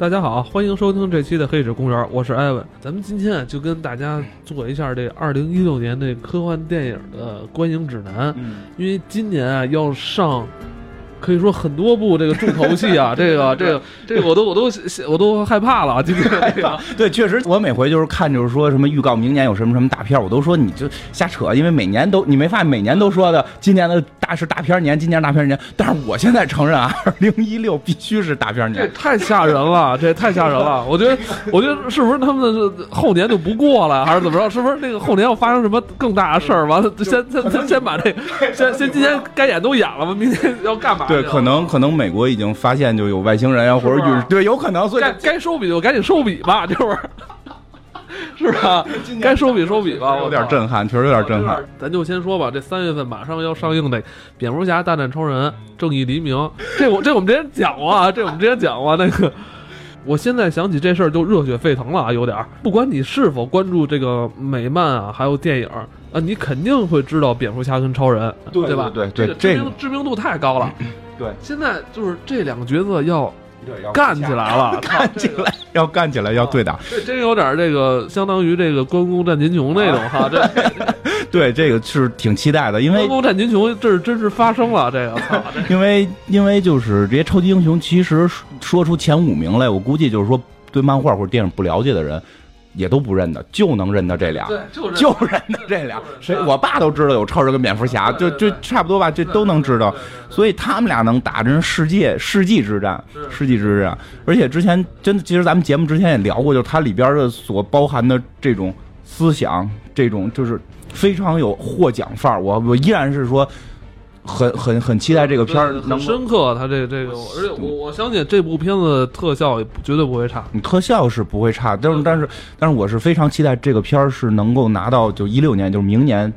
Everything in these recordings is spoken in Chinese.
大家好，欢迎收听这期的黑水公园，我是艾文。咱们今天就跟大家做一下这2016年的科幻电影的观影指南。因为今年啊要上，可以说很多部这个重头戏啊，这个我都害怕了啊！今天这个对，确实我每回就是看就是说什么预告明年有什么大片，我都说你就瞎扯，因为每年都你没发现每年都说的今年的是大片年，今年大片年，但是我现在承认啊，2016必须是大片年， 这太吓人了，这太吓人了。我觉得是不是他们的后年就不过了，还是怎么着？是不是那个后年要发生什么更大的事儿？完了，先把这先今天该演都演了吧，明天要干嘛？ 对，可能美国已经发现就有外星人啊，或者对，有可能，所以该收笔就赶紧收笔吧，就是。是吧？该收笔吧， 有点震撼，确实有点震撼。 咱就先说吧，这3月份马上要上映的《蝙蝠侠大战超人：正义黎明》，这我们之前讲过啊，那个，我现在想起这事儿就热血沸腾了啊，有点。不管你是否关注这个美漫啊，还有电影啊，你肯定会知道蝙蝠侠跟超人，对吧？ 对， 这个知名度太高了。 对， 现在就是这两个角色要干起来了， 要干起来，要对打。 这真有点这个，相当于这个关公战秦琼那种哈。 对，这个是挺期待的，因为关公战秦琼这真是发生了，这个。 因为就是这些超级英雄，其实说出前5名来，我估计就是说对漫画或者电影不了解的人。也都不认得，就能认得这俩， 对， 就认得这俩。谁？我爸都知道有超人跟蝙蝠侠，就差不多吧，这都能知道。所以他们俩能打，真是世纪之战。而且之前真的，其实咱们节目之前也聊过，就是它里边的所包含的这种思想，这种就是非常有获奖范儿。我依然是说。很期待这个片儿， 很深刻。他这个，而且我相信这部片子特效也绝对不会差。 特效是不会差，但是我是非常期待这个片儿是能够拿到就16年，就是明年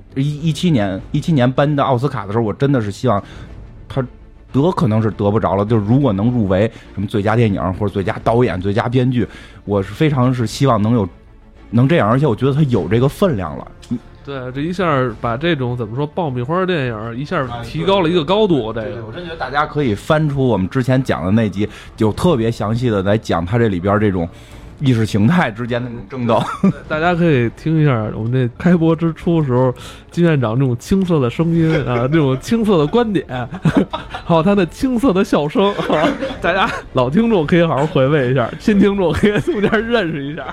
17年颁的奥斯卡的时候，我真的是希望他可能是得不着了。就是如果能入围什么最佳电影或者最佳导演、最佳编剧，我是非常希望能这样，而且我觉得他有这个分量了。 对，这一下把这种怎么说爆米花电影一下提高了一个高度。这个我真觉得大家可以翻出我们之前讲的那集，就特别详细的来讲它这里边这种意识形态之间的那种争斗。 大家可以听一下我们这开播之初的时候，金院长这种青涩的声音啊，这种青涩的观点，还有他的青涩的笑声啊，大家老听众可以好好回味一下，新听众可以中间认识一下。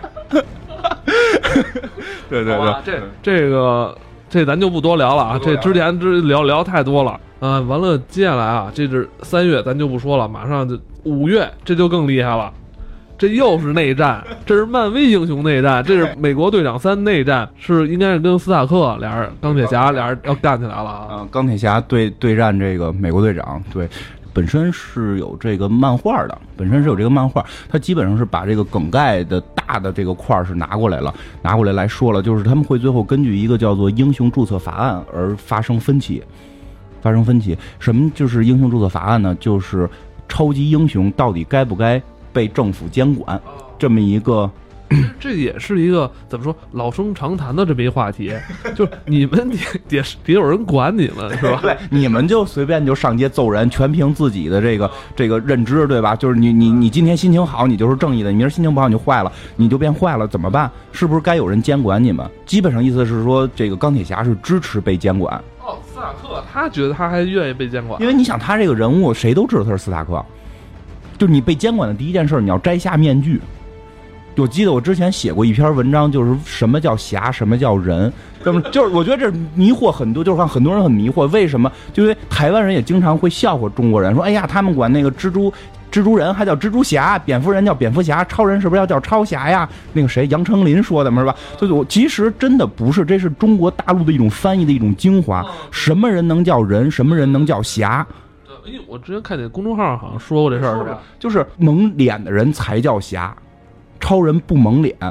对， 这咱就不多聊了啊，这之前聊太多了啊。完了，接下来啊，这是3月，咱就不说了，马上就5月，这就更厉害了。这又是内战，这是漫威英雄内战，这是美国队长3内战，是应该是跟斯塔克俩人，钢铁侠俩人要干起来了啊。 钢铁侠对战这个美国队长，对。本身是有这个漫画的，它基本上是把这个梗概的大的这个块是拿过来来说了，就是他们会最后根据一个叫做英雄注册法案而发生分歧。什么就是英雄注册法案呢？就是超级英雄到底该不该被政府监管，这么一个。 这也是一个怎么说老生常谈的这么一话题，就是你们得有人管你们是吧？ 对，你们就随便就上街揍人，全凭自己的这个认知，对吧？就是你今天心情好，你就是正义的；你明儿心情不好，你就坏了，你就变坏了，怎么办？是不是该有人监管你们？基本上意思是说，这个钢铁侠是支持被监管。 哦，斯塔克他觉得他还愿意被监管， 因为你想他这个人物，谁都知道他是斯塔克，就是你被监管的第一件事，你要摘下面具。我记得我之前写过一篇文章，就是什么叫侠，什么叫人。就是我觉得这迷惑很多，就是看很多人很迷惑，为什么？就因为台湾人也经常会笑话中国人，说：“哎呀，他们管那个蜘蛛人还叫蜘蛛侠，蝙蝠人叫蝙蝠侠，超人是不是要叫超侠呀？”那个谁，杨丞琳说的嘛，是吧？就是我其实真的不是，这是中国大陆的一种翻译的一种精华。什么人能叫人，什么人能叫侠？ 因为我之前看见公众号好像说过这事儿，是吧？ 就是蒙脸的人才叫侠。超人不蒙脸，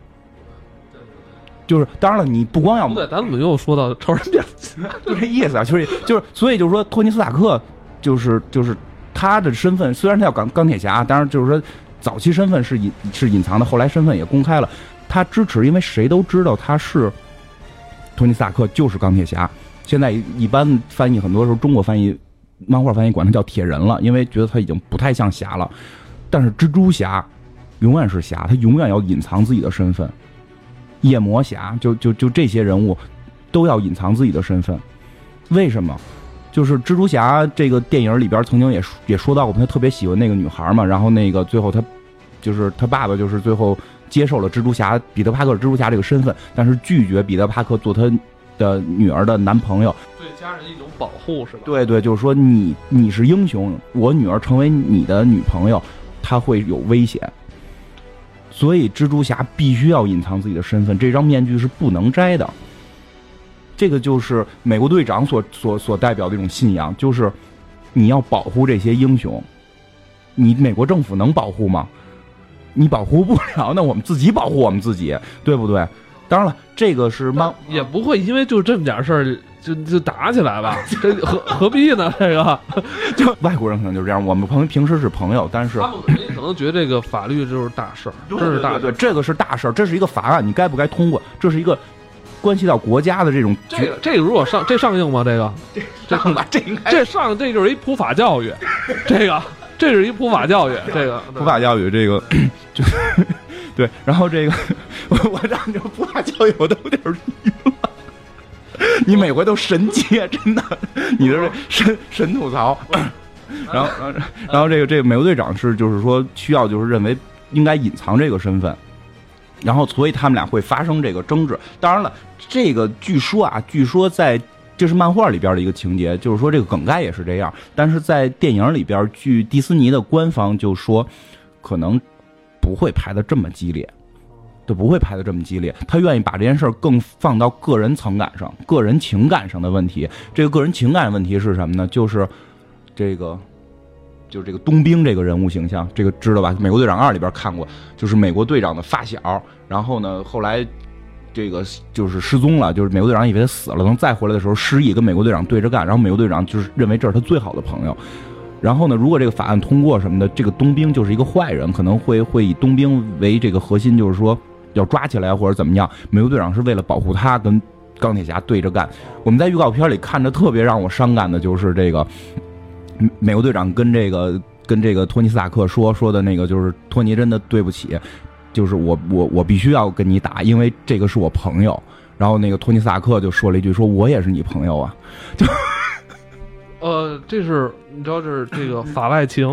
就是当然了，你不光要不对，咱怎么又说到超人变？ 就这意思啊，就是所以就是说，托尼斯塔克就是他的身份，虽然他叫钢铁侠，当然就是说早期身份是隐藏的，后来身份也公开了。他支持，因为谁都知道他是托尼斯塔克，就是钢铁侠。现在一般翻译，很多时候中国翻译、漫画翻译管他叫铁人了，因为觉得他已经不太像侠了。但是蜘蛛侠永远是侠，他永远要隐藏自己的身份。夜魔侠就这些人物都要隐藏自己的身份，为什么？就是蜘蛛侠这个电影里边曾经也说到过，他特别喜欢那个女孩嘛，然后那个最后他就是他爸爸就是最后接受了蜘蛛侠彼得帕克蜘蛛侠这个身份，但是拒绝彼得帕克做他的女儿的男朋友， 对家人一种保护是吧？ 对对，就是说你是英雄，我女儿成为你的女朋友，她会有危险，所以蜘蛛侠必须要隐藏自己的身份，这张面具是不能摘的。这个就是美国队长所代表的一种信仰，就是你要保护这些英雄，你美国政府能保护吗？你保护不了，那我们自己保护我们自己，对不对？当然了，这个是也不会因为就这么点事儿就打起来吧？这何必呢？这个就外国人可能就是这样，我们平时是朋友，但是他们可能觉得这个法律就是大事儿，这是大事， 对，这个是大事儿，这是一个法案，你该不该通过？这是一个关系到国家的这种这个如果上映吗？这上吧，这应该这就是一普法教育，这是一普法教育，这个普法教育这个就是对，然后这个我让这普法教育我都有点晕了，你每回都神接，真的，你的神吐槽，然后这个美国队长是就是说需要就是认为应该隐藏这个身份。然后，所以他们俩会发生这个争执。当然了，这个据说在这是漫画里边的一个情节，就是说这个梗概也是这样。但是在电影里边，据迪士尼的官方就说，可能不会拍的这么激烈，就不会拍的这么激烈。他愿意把这件事更放到个人情感上的问题。这个个人情感问题是什么呢？就是这个冬兵这个人物形象，这个知道吧？美国队长2里边看过，就是美国队长的发小，然后呢，后来这个就是失踪了，就是美国队长以为他死了，等再回来的时候失忆，跟美国队长对着干，然后美国队长就是认为这是他最好的朋友。然后呢，如果这个法案通过什么的，这个冬兵就是一个坏人，可能会以冬兵为这个核心，就是说要抓起来或者怎么样。美国队长是为了保护他，跟钢铁侠对着干。我们在预告片里看着特别让我伤感的就是这个。美国队长跟这个托尼斯塔克说的那个就是托尼真的对不起，就是我必须要跟你打，因为这个是我朋友。然后那个托尼斯塔克就说了一句，说我也是你朋友啊。就这是你知道这是这个法外情。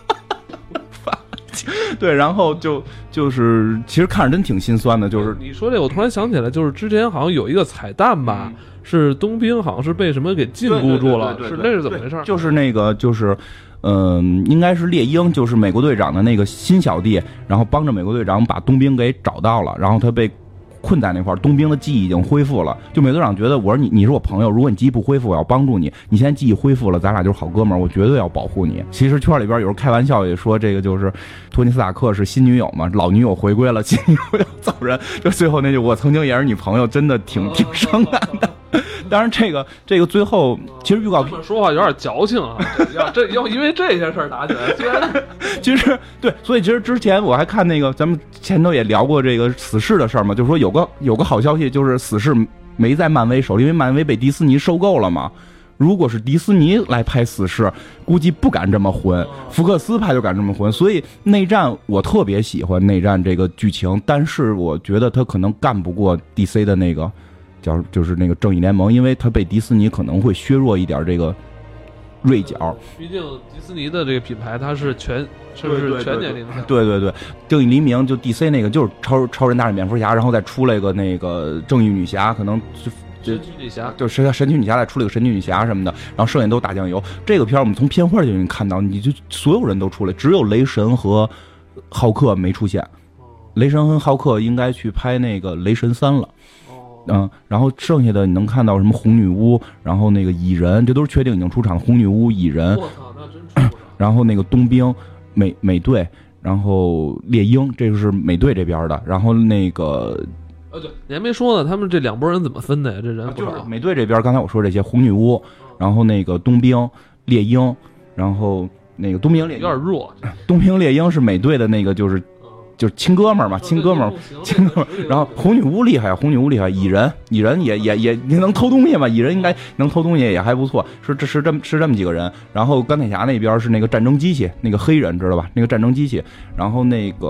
对，然后就是其实看着真挺心酸的，就是你说这个我突然想起来，就是之前好像有一个彩蛋吧。是冬兵好像是被什么给禁锢住了，那是怎么回事？ 就是那个就是应该是猎鹰，就是美国队长的那个新小弟，然后帮着美国队长把冬兵给找到了，然后他被困在那块儿，冬兵的记忆已经恢复了。就美队长觉得，我说你是我朋友，如果你记忆不恢复，我要帮助你。你现在记忆恢复了，咱俩就是好哥们儿，我绝对要保护你。其实圈里边有时候开玩笑也说，这个就是托尼斯塔克是新女友嘛，老女友回归了，新女友要走人，就最后那句我曾经也是你朋友，真的挺伤感的。当然，这个最后其实预告片说话有点矫情啊，这要因为这些事儿打起来， 其实对，所以其实之前我还看那个咱们前头也聊过这个死侍的事儿嘛，就是说有个好消息，就是死侍没在漫威手里，因为漫威被迪士尼收购了嘛。如果是迪士尼来拍死侍，估计不敢这么混，福克斯拍就敢这么混。所以内战我特别喜欢内战这个剧情，但是我觉得他可能干不过 DC 的那个。就是那个正义联盟，因为它被迪士尼可能会削弱一点这个锐角。 毕竟迪士尼的这个品牌，它是全年龄向。 对，正义黎明就 DC 那个就是超人大战蝙蝠侠，然后再出来个那个正义女侠，可能神奇女侠， 就是神奇女侠再出了个神奇女侠什么的，然后剩下都打酱油。这个片我们从片花就能看到，你就所有人都出来，只有雷神和浩克没出现。雷神和浩克应该去拍那个雷神3了。然后剩下的你能看到什么红女巫，然后那个蚁人，这都是确定已经出场的红女巫、蚁人， 我操，那真出了。 然后那个冬兵、美队，然后猎鹰，这个是美队这边的，然后那个对，你还没说呢，他们这两拨人怎么分的呀？这人不少。 就是美队这边刚才我说这些红女巫，然后那个冬兵、猎鹰，然后那个冬兵猎鹰有点弱， 冬兵猎鹰是美队的那个就是亲哥们儿嘛，亲哥们儿。然后红女巫厉害，蚁人也能偷东西嘛，蚁人应该能偷东西也还不错，是这么几个人。然后钢铁侠那边是那个战争机器，那个黑人知道吧？那个战争机器。然后那个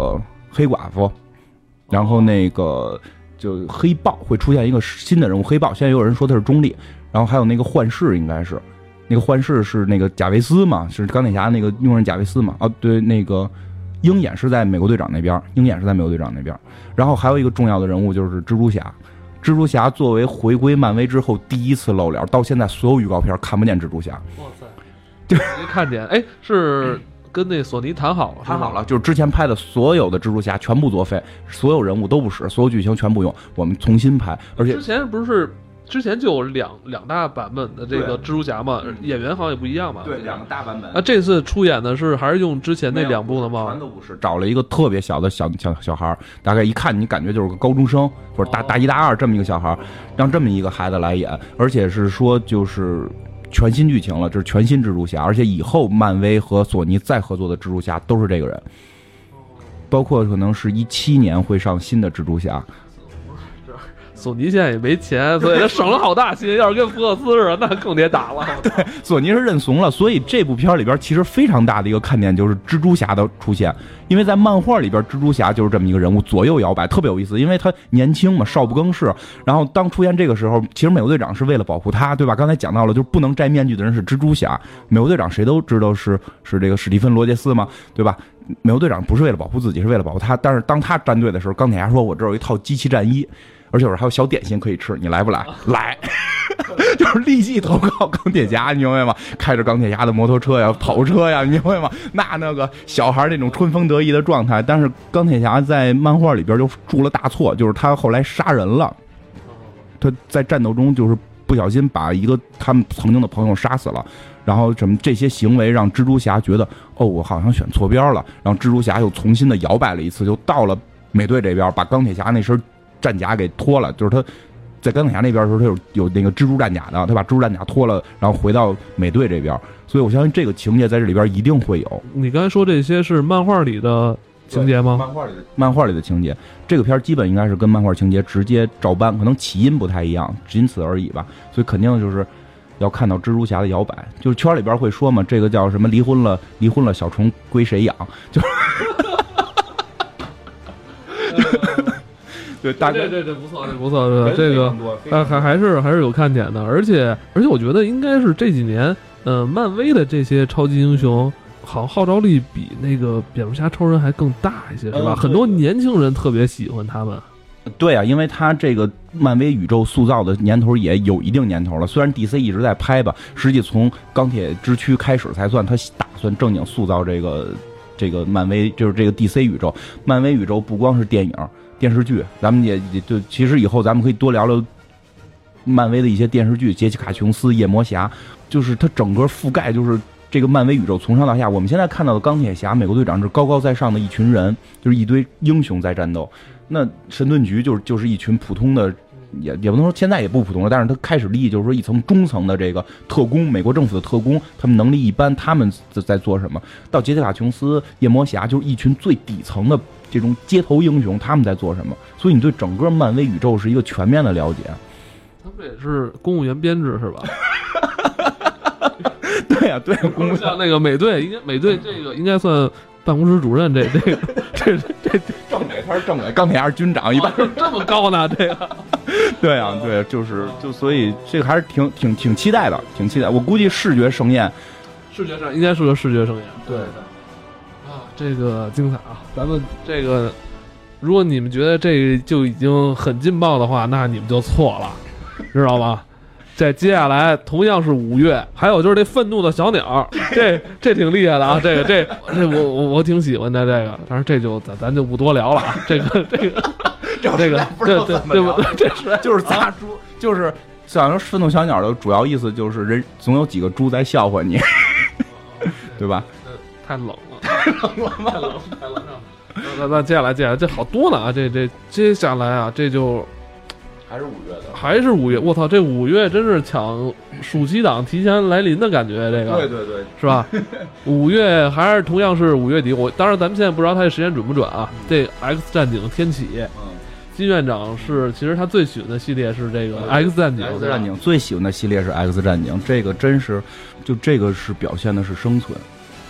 黑寡妇，然后那个就黑豹会出现一个新的人物黑豹，现在有人说他是中立，然后还有那个幻视，应该是那个幻视是那个贾维斯嘛，是钢铁侠那个佣人贾维斯嘛，哦对，那个鹰眼是在美国队长那边，然后还有一个重要的人物就是蜘蛛侠。蜘蛛侠作为回归漫威之后第一次露脸，到现在所有预告片看不见蜘蛛侠。 哇塞，没看见，哎，是跟那索尼谈好了， 谈好了，就是之前拍的所有的蜘蛛侠全部作废，所有人物都不使，所有剧情全部用，我们重新拍。而且之前不是之前就有两大版本的这个蜘蛛侠嘛，演员好像也不一样嘛。 对，两个大版本。 那这次出演的是还是用之前那两部的吗？ 全都不是，找了一个特别小的小孩，大概一看你感觉就是个高中生或者大一大二这么一个小孩，让这么一个孩子来演，而且是说就是全新剧情了，这是全新蜘蛛侠，而且以后漫威和索尼再合作的蜘蛛侠都是这个人，包括可能是17年会上新的蜘蛛侠。 索尼现在也没钱，所以他省了好大心。要是跟福克斯似的，那更得打了。 对，索尼是认怂了，所以这部片里边其实非常大的一个看点就是蜘蛛侠的出现，因为在漫画里边，蜘蛛侠就是这么一个人物，左右摇摆，特别有意思。因为他年轻嘛，少不更事。然后当出现这个时候，其实美国队长是为了保护他，对吧？刚才讲到了，就是不能摘面具的人是蜘蛛侠。美国队长谁都知道是这个史蒂芬·罗杰斯嘛，对吧？美国队长不是为了保护自己，是为了保护他。但是当他站队的时候，钢铁侠说：“我这有一套机器战衣。”而且还有小点心可以吃，你来不来？来，就是立即投靠钢铁侠，你明白吗？开着钢铁侠的摩托车呀、跑车呀，你明白吗？那个小孩那种春风得意的状态。但是钢铁侠在漫画里边就出了大错，就是他后来杀人了，他在战斗中就是不小心把一个他们曾经的朋友杀死了。然后什么这些行为让蜘蛛侠觉得，哦，我好像选错边了。然后蜘蛛侠又重新的摇摆了一次，就到了美队这边，把钢铁侠那身战甲给脱了，就是他在钢铁侠那边的时候，他有那个蜘蛛战甲的，他把蜘蛛战甲脱了，然后回到美队这边，所以我相信这个情节在这里边一定会有。 你刚才说这些是漫画里的情节吗？ 漫画里的情节，这个片基本应该是跟漫画情节直接照搬，可能起因不太一样，仅此而已吧。所以肯定就是要看到蜘蛛侠的摇摆，就是圈里边会说嘛，这个叫什么离婚了，小虫归谁养？就是。对，大概这不错，这个还是有看点的，而且我觉得应该是这几年，漫威的这些超级英雄，好像号召力比那个蝙蝠侠、超人还更大一些，是吧？很多年轻人特别喜欢他们。 对啊，因为他这个漫威宇宙塑造的年头也有一定年头了，虽然 DC 一直在拍吧，实际从钢铁之躯开始才算他打算正经塑造这个漫威，就是这个 DC 宇宙。漫威宇宙不光是电影。电视剧，咱们也就其实以后咱们可以多聊聊漫威的一些电视剧，杰西卡琼斯、夜魔侠，就是它整个覆盖就是这个漫威宇宙从上到下。我们现在看到的钢铁侠、美国队长是高高在上的一群人，就是一堆英雄在战斗。那神盾局就是一群普通的，也不能说现在也不普通了，但是他开始立就是说一层中层的这个特工，美国政府的特工，他们能力一般，他们在做什么？到杰西卡琼斯、夜魔侠就是一群最底层的这种街头英雄，他们在做什么？所以你对整个漫威宇宙是一个全面的了解。 他们也是公务员编制是吧？ 对呀，对，公务像那个美队这个应该算办公室主任，这政委他是政委，钢铁侠是军长，一般这么高呢？这个， 对啊，对，所以这个还是挺期待的，挺期待。我估计视觉盛宴应该是个视觉盛宴，对的。这个精彩啊！咱们这个，如果你们觉得这个就已经很劲爆的话，那你们就错了，知道吗？这接下来同样是5月，还有就是这愤怒的小鸟，这挺厉害的啊！这我挺喜欢的这个，当然这就咱就不多聊了啊！这个对，这是就是砸猪，就是想说愤怒小鸟的主要意思就是人总有几个猪在笑话你，对吧？ 太冷了。太冷了！那接下来这好多呢啊！这接下来啊，这就还是5月的， 还是5月。我操，这5月真是抢暑期档提前来临的感觉，这个对， 是吧？5月还是同样是5月底。当然咱们现在不知道它的时间准不准啊。这 X 战警天启，金院长其实他最喜欢的系列是这个 X 战警。 X 战警最喜欢的系列是 X 战警，这个真是这个是表现的是生存。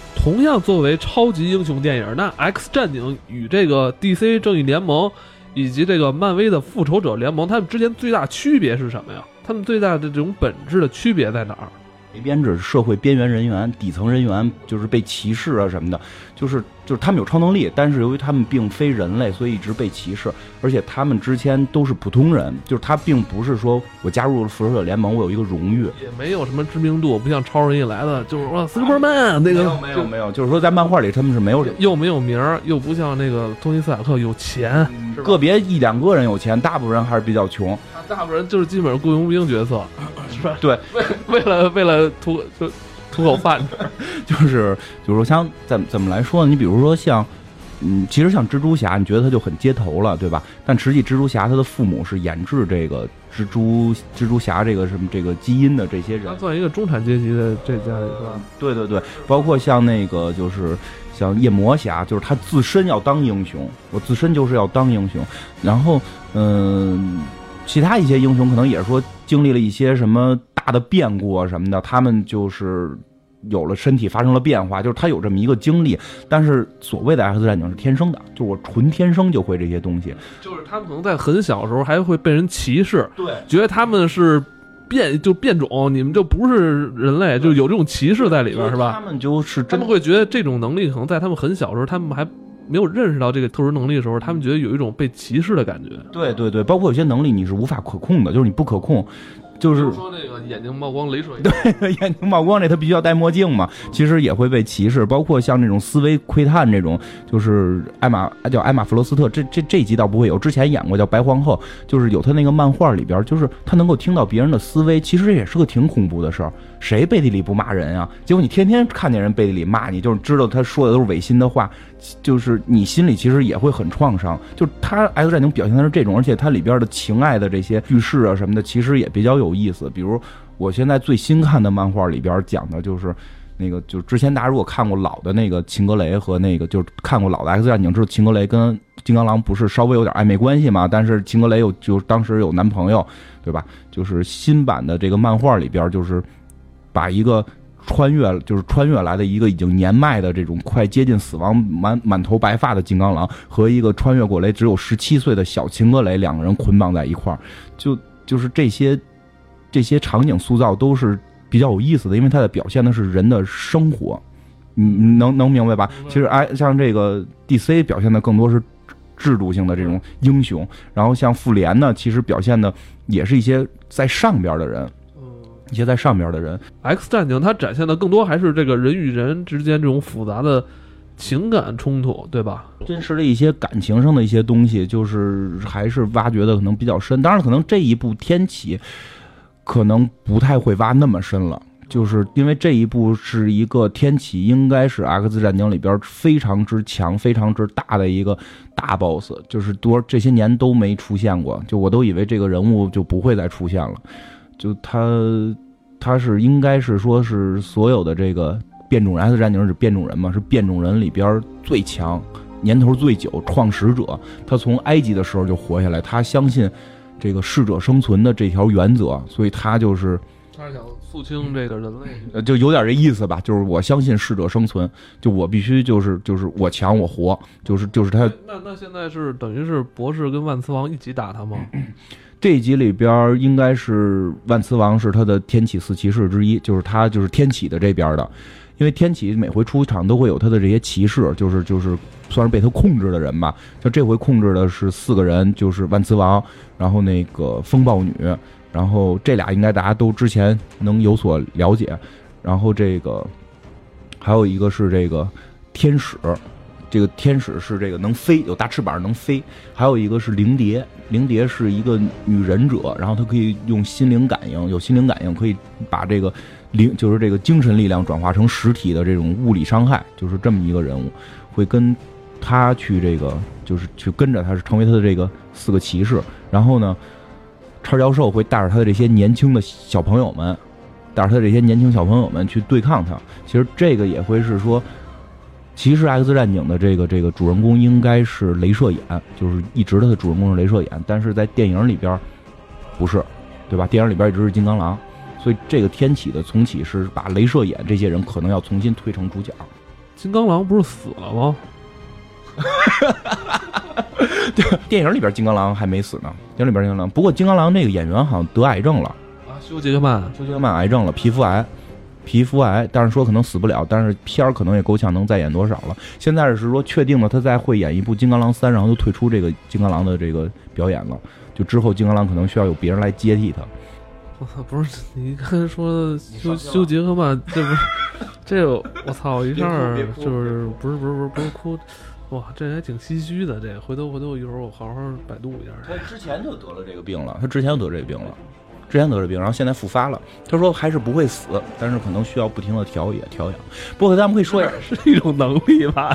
同样作为超级英雄电影，那 X 战警与这个 DC 正义联盟以及这个漫威的复仇者联盟，他们之间最大区别是什么呀？他们最大的这种本质的区别在哪儿？ 没编制，社会边缘人员、底层人员，就是被歧视啊什么的，就是他们有超能力，但是由于他们并非人类，所以一直被歧视，而且他们之间都是普通人，就是他并不是说我加入了复仇者联盟，我有一个荣誉， 也没有什么知名度，不像超人一来的就是说 Superman 那个没有，就是说在漫画里他们是没有又没有名儿，又不像那个托尼斯塔克有钱， 个别一两个人有钱，大部分人还是比较穷， 大部分人就是基本上雇佣兵角色，是吧？ 对， 为了图口饭吃， 就是说像怎么来说呢？你比如说像，其实像蜘蛛侠，你觉得他就很街头了，对吧？但实际蜘蛛侠他的父母是研制这个蜘蛛侠这个什么这个基因的这些人， 他算一个中产阶级的这家里是吧？ 对，包括像那个就是像夜魔侠，就是他自身要当英雄，我自身就是要当英雄，然后其他一些英雄可能也是说经历了一些什么大的变故啊什么的，他们就是有了身体发生了变化，就是他有这么一个经历，但是所谓的 X 战警是天生的，就我纯天生就会这些东西， 就是他们可能在很小的时候还会被人歧视， 对， 觉得他们是变种，你们就不是人类，就有这种歧视在里边，是吧？ 他们就是他们会觉得这种能力可能在他们很小的时候，他们还没有认识到这个特殊能力的时候，他们觉得有一种被歧视的感觉。 对，包括有些能力你是无法可控的，就是你不可控。就是说那个眼睛冒光镭射眼， 对，眼睛冒光这他必须要戴墨镜嘛，其实也会被歧视，包括像那种思维窥探这种，就是艾玛弗罗斯特，这一集倒不会有，之前演过叫白皇后，就是有他那个漫画里边，就是他能够听到别人的思维，其实这也是个挺恐怖的事儿。谁背地里不骂人啊？结果你天天看见人背地里骂你，就是知道他说的都是违心的话，就是你心里其实也会很创伤。就是他 X 战警表现的是这种，而且它里边的情爱的这些叙事啊什么的，其实也比较有意思。比如我现在最新看的漫画里边讲的就是那个，就之前大家如果看过老的那个秦格雷和那个，就是看过老的 X 战警，知道秦格雷跟金刚狼不是稍微有点暧昧关系嘛？但是秦格雷就当时有男朋友，对吧？就是新版的这个漫画里边，就是把一个穿越来的一个已经年迈的这种快接近死亡满头白发的金刚狼和一个穿越过来只有17岁的小秦格雷两个人捆绑在一块儿，就是这些场景塑造都是比较有意思的，因为它的表现的是人的生活，你能明白吧？其实像这个 DC 表现的更多是制度性的这种英雄，然后像复联呢，其实表现的也是一些在上边的人。一些在上边的人 ，X 战警它展现的更多还是这个人与人之间这种复杂的情感冲突，对吧？ 真实的一些感情上的一些东西，就是还是挖掘的可能比较深。当然，可能这一部天启可能不太会挖那么深了，就是因为这一部是一个天启，应该是 X 战警里边非常之强、非常之大的一个大 boss， 就是这些年都没出现过，就我都以为这个人物就不会再出现了。就他是应该是说是所有的这个变种人 X 战警是变种人嘛，是变种人里边最强、年头最久、创始者。他从埃及的时候就活下来，他相信这个适者生存的这条原则，所以他是想肃清这个人类， 就有点这意思吧。就是我相信适者生存，就我必须就是我强我活，就是他。 那现在是等于是博士跟万磁王一起打他吗？ 这一集里边应该是万磁王是他的天启4骑士之一，就是他就是天启的这边的，因为天启每回出场都会有他的这些骑士，就是算是被他控制的人吧。像这回控制的是4个人，就是万磁王，然后那个风暴女，然后这俩应该大家都之前能有所了解，然后这个还有一个是这个天使。这个天使是这个能飞，有大翅膀能飞，还有一个是灵蝶，灵蝶是一个女忍者，然后她可以用心灵感应，有心灵感应可以把这个就是这个精神力量转化成实体的这种物理伤害，就是这么一个人物，会跟他去这个就是去跟着他，是成为他的这个4个骑士，然后呢，叉教授会带着他的这些年轻的小朋友们，去对抗他。其实这个也会是说。其实 X 战警的这个主人公应该是镭射眼，就是一直的主人公是镭射眼，但是在电影里边不是，对吧？电影里边一直是金刚狼，所以这个天启的重启是把镭射眼这些人可能要重新推成主角。 金刚狼不是死了吗？ 电影里边金刚狼还没死呢，电影里边金刚狼。不过金刚狼那个演员好像得癌症了啊，休·杰克曼癌症了，皮肤癌，但是说可能死不了，但是片儿可能也够呛能再演多少了。现在是说确定了他再会演一部《金刚狼3》，然后就退出这个金刚狼的这个表演了，就之后金刚狼可能需要有别人来接替他。 我操，不是你刚才说休·杰克曼，这不是这个我操一下就是不是哭。哇，这还挺唏嘘的。这回头一会儿我好好百度一下。 他之前就得了这个病了，然后现在复发了。他说还是不会死，但是可能需要不停的调养。不过咱们可以说一下， 是一种能力吧？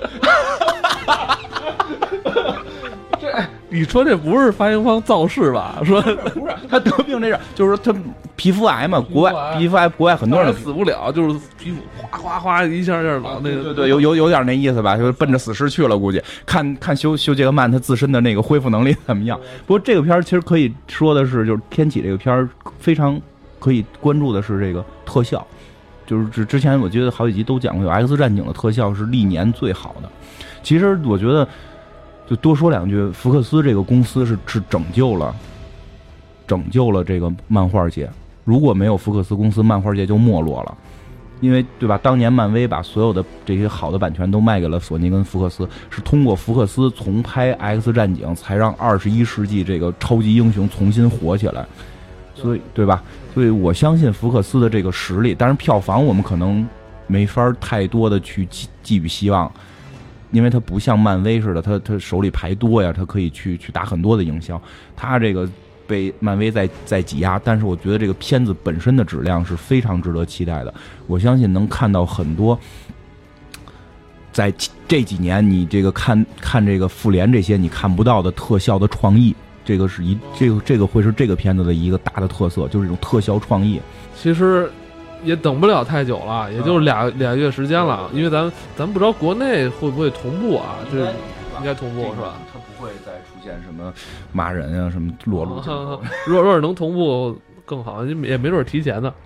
你说这不是发行方造势吧？说不是他得病这事，就是他皮肤癌嘛，国外很多人死不了，就是皮肤哗一下老那个。 对，有点那意思吧，就是奔着死尸去了，估计看休·杰克曼他自身的那个恢复能力怎么样。不过这个片儿其实可以说的是，就是天启这个片儿非常可以关注的是这个特效，就是之前我觉得好几集都讲过，有 X 战警的特效是历年最好的。其实我觉得。就多说两句，福克斯这个公司是拯救了这个漫画界。如果没有福克斯公司，漫画界就没落了。因为对吧？当年漫威把所有的这些好的版权都卖给了索尼跟福克斯，是通过福克斯重拍 X 战警，才让21世纪这个超级英雄重新火起来。所以对吧？所以我相信福克斯的这个实力，但是票房我们可能没法太多的去寄予希望。因为他不像漫威似的，他手里牌多呀，他可以去打很多的营销。他这个被漫威在挤压，但是我觉得这个片子本身的质量是非常值得期待的。我相信能看到很多在这几年你这个看这个复联这些你看不到的特效的创意，这个是这个会是这个片子的一个大的特色，就是这种特效创意。 其实。也等不了太久了，也就是俩月时间了，因为咱不知道国内会不会同步啊？这应该同步是吧？ 它不会再出现什么骂人啊，什么裸露。 如果能同步更好，也没准提前呢。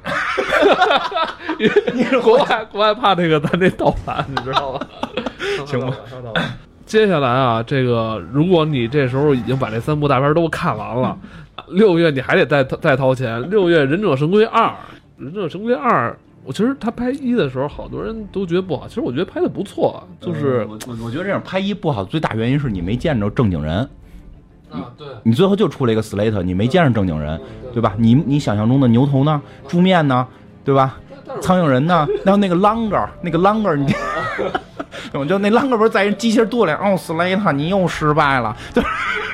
你是国外怕这个咱这盗版，你知道吗？ 行吧。 接下来啊，这个如果你这时候已经把这3部大片都看完了，6月你还得再掏钱。6月《忍者神龟2》。《忍者神龟2》，我其实他拍1的时候，好多人都觉得不好。其实我觉得拍的不错，就是我觉得这样拍1不好，最大原因是你没见着正经人。 啊，对， 你最后就出了一个 Slate， 你没见着正经人，对吧？你想象中的牛头呢，猪面呢，对吧？苍蝇人呢，然后那个 Longer， 你，我就那 Longer 不是在人机器人肚里，哦 ，Slate， 你又失败了，对。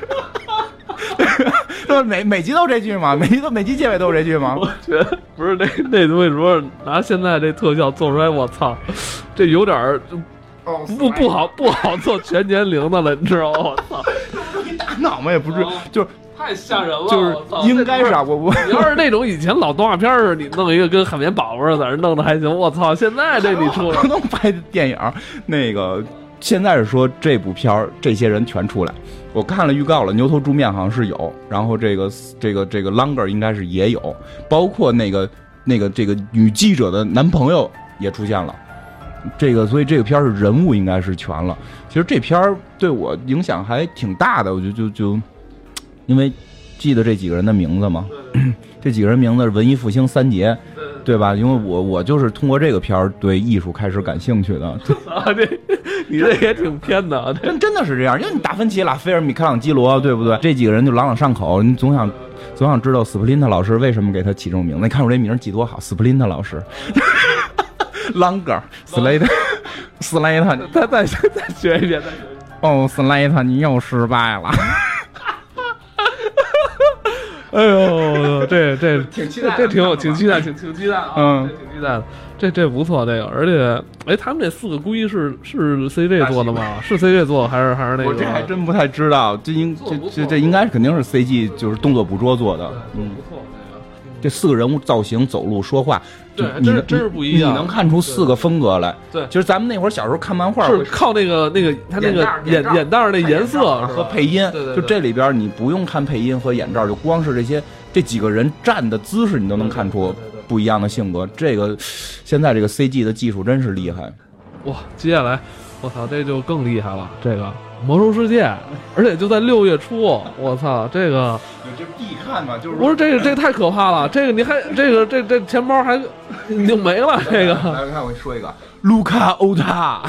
每集都这句吗？每集结尾都是这句吗？ 我觉得不是那东西，如果拿现在这特效做出来，我操，这有点不好做全年龄的了，你知道吗？我操， 你大脑嘛也不是，就是太吓人了， 就是应该是啊，我你要是那种以前老动画片儿，你弄一个跟海绵宝宝似的，在那弄的还行。我操，现在这你出来不能拍电影，那个现在是说这部片儿这些人全出来。我看了预告了，牛头猪面好像是有，然后这个 Longer 应该是也有，包括那个女记者的男朋友也出现了，所以这个片儿人物应该是全了。其实这片儿对我影响还挺大的，我就因为记得这几个人的名字嘛，这几个人名字是文艺复兴3杰，对吧？因为我就是通过这个片儿对艺术开始感兴趣的。 啊，你这也挺偏的， 真的是这样。因为你达芬奇、拉斐尔、米开朗基罗，对不对？这几个人就朗朗上口，你总想知道斯普林特老师为什么给他起这种名字。你看我这名记多好，斯普林特老师，Longer Slate， 再学一遍， 哦 Slate， 你又失败了。 哎呦，这挺期待， 这挺期待啊，挺期待的。这不错，这个，而且，他们这4个估计是 CG 做的吗？是 CG 做的还是那个？ 我这还真不太知道，这应该肯定是 CG， 就是动作捕捉做的。 不错， 这4个人物造型、走路、说话， 对，真是不一样。 你能看出4个风格来。 对， 其实咱们那会儿小时候看漫画是靠那个他那个眼袋那颜色和配音， 对， 就这里边你不用看配音和眼罩，就光是这几个人站的姿势，你都能看出不一样的性格。这个现在这个 CG 的技术真是厉害。 哇，接下来我操，这就更厉害了，这个魔兽世界，而且就在6月初，我操，这个这必看嘛，就是不是这个太可怕了，这个你还这钱包还你就没了，这个来看我说一个卢卡欧塔。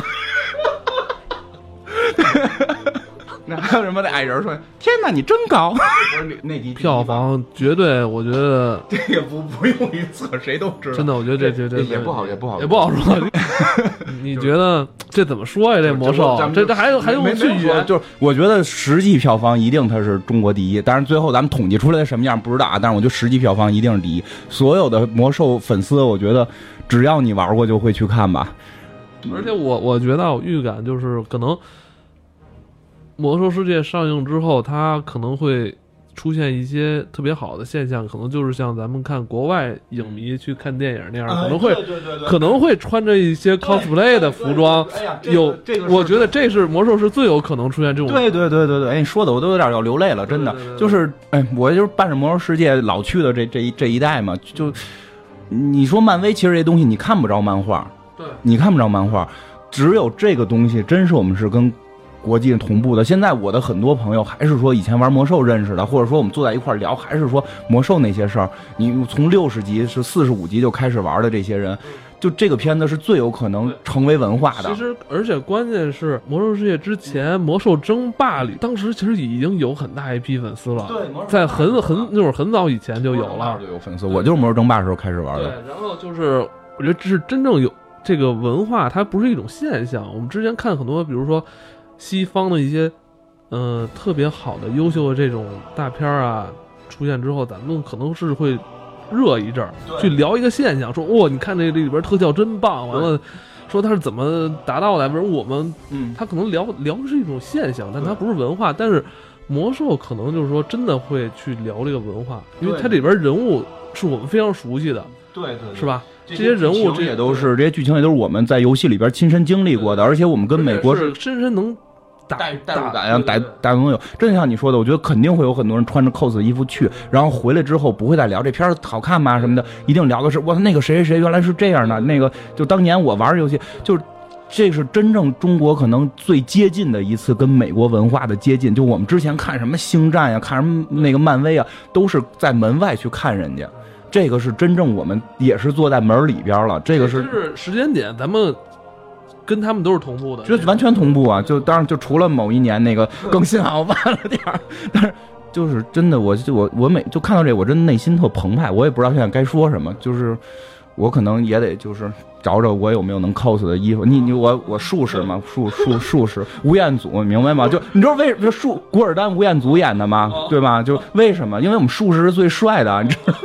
那还有什么那矮人说：“天哪，你真高！”不是那集票房绝对，我觉得这也不用预测，谁都知道。 真的，我觉得这也不好说。你觉得这怎么说呀？这魔兽，这还用去语？ 就是我觉得实际票房一定它是中国第一，当然最后咱们统计出来的什么样不知道啊。但是我觉得实际票房一定是第一。所有的魔兽粉丝，我觉得只要你玩过就会去看吧。 而且我觉得我预感就是可能。魔兽世界上映之后，它可能会出现一些特别好的现象，可能就是像咱们看国外影迷去看电影那样，可能会穿着一些 cosplay 的服装。我觉得这是魔兽是最有可能出现这种。 对，哎，你说的我都有点要流泪了，真的。就是我就是伴着魔兽世界老去的这一代嘛，就你说漫威其实这东西你看不着漫画， 对， 你看不着漫画，只有这个东西真是我们是跟国际同步的。现在我的很多朋友还是说以前玩魔兽认识的，或者说我们坐在一块聊，还是说魔兽那些事儿。你从60集是45集就开始玩的这些人，就这个片子是最有可能成为文化的。 其实，而且关键是魔兽世界之前，魔兽争霸里当时其实已经有很大一批粉丝了。 对， 在那会儿很早以前就有了， 就有粉丝。我就是魔兽争霸的时候开始玩的。 对，然后就是我觉得这是真正有这个文化，它不是一种现象。我们之前看很多，比如说。西方的一些，特别好的、优秀的这种大片啊，出现之后，咱们可能是会热一阵儿，去聊一个现象，说你看这里边特效真棒，完了，说它是怎么达到的，比如我们，他可能聊的是一种现象，但它不是文化。但是魔兽可能就是说真的会去聊这个文化，因为它里边人物是我们非常熟悉的， 对， 是吧？这些人物这些都是这些剧情也都是我们在游戏里边亲身经历过的，而且我们跟美国是深能。 代入感啊，大能有，真的像你说的，我觉得肯定会有很多人穿着 cos 的衣服去，然后回来之后不会再聊这片好看吗什么的，一定聊的是那个谁原来是这样的，那个就当年我玩游戏，就是这是真正中国可能最接近的一次跟美国文化的接近。就我们之前看什么星战呀，看什么那个漫威啊，都是在门外去看人家，这个是真正我们也是坐在门里边了，这个是时间点咱们。跟他们都是同步的， 就完全同步啊！就当然就除了某一年那个更新好晚了点儿，但是就是真的，我每就看到这，我真的内心特澎湃。我也不知道现在该说什么，就是我可能也得就是找我有没有能 cos 的衣服。我术士嘛，术士吴彦祖，明白吗？就你知道为什么古尔丹吴彦祖演的吗？对吧？就为什么？因为我们术士是最帅的，你知道吗？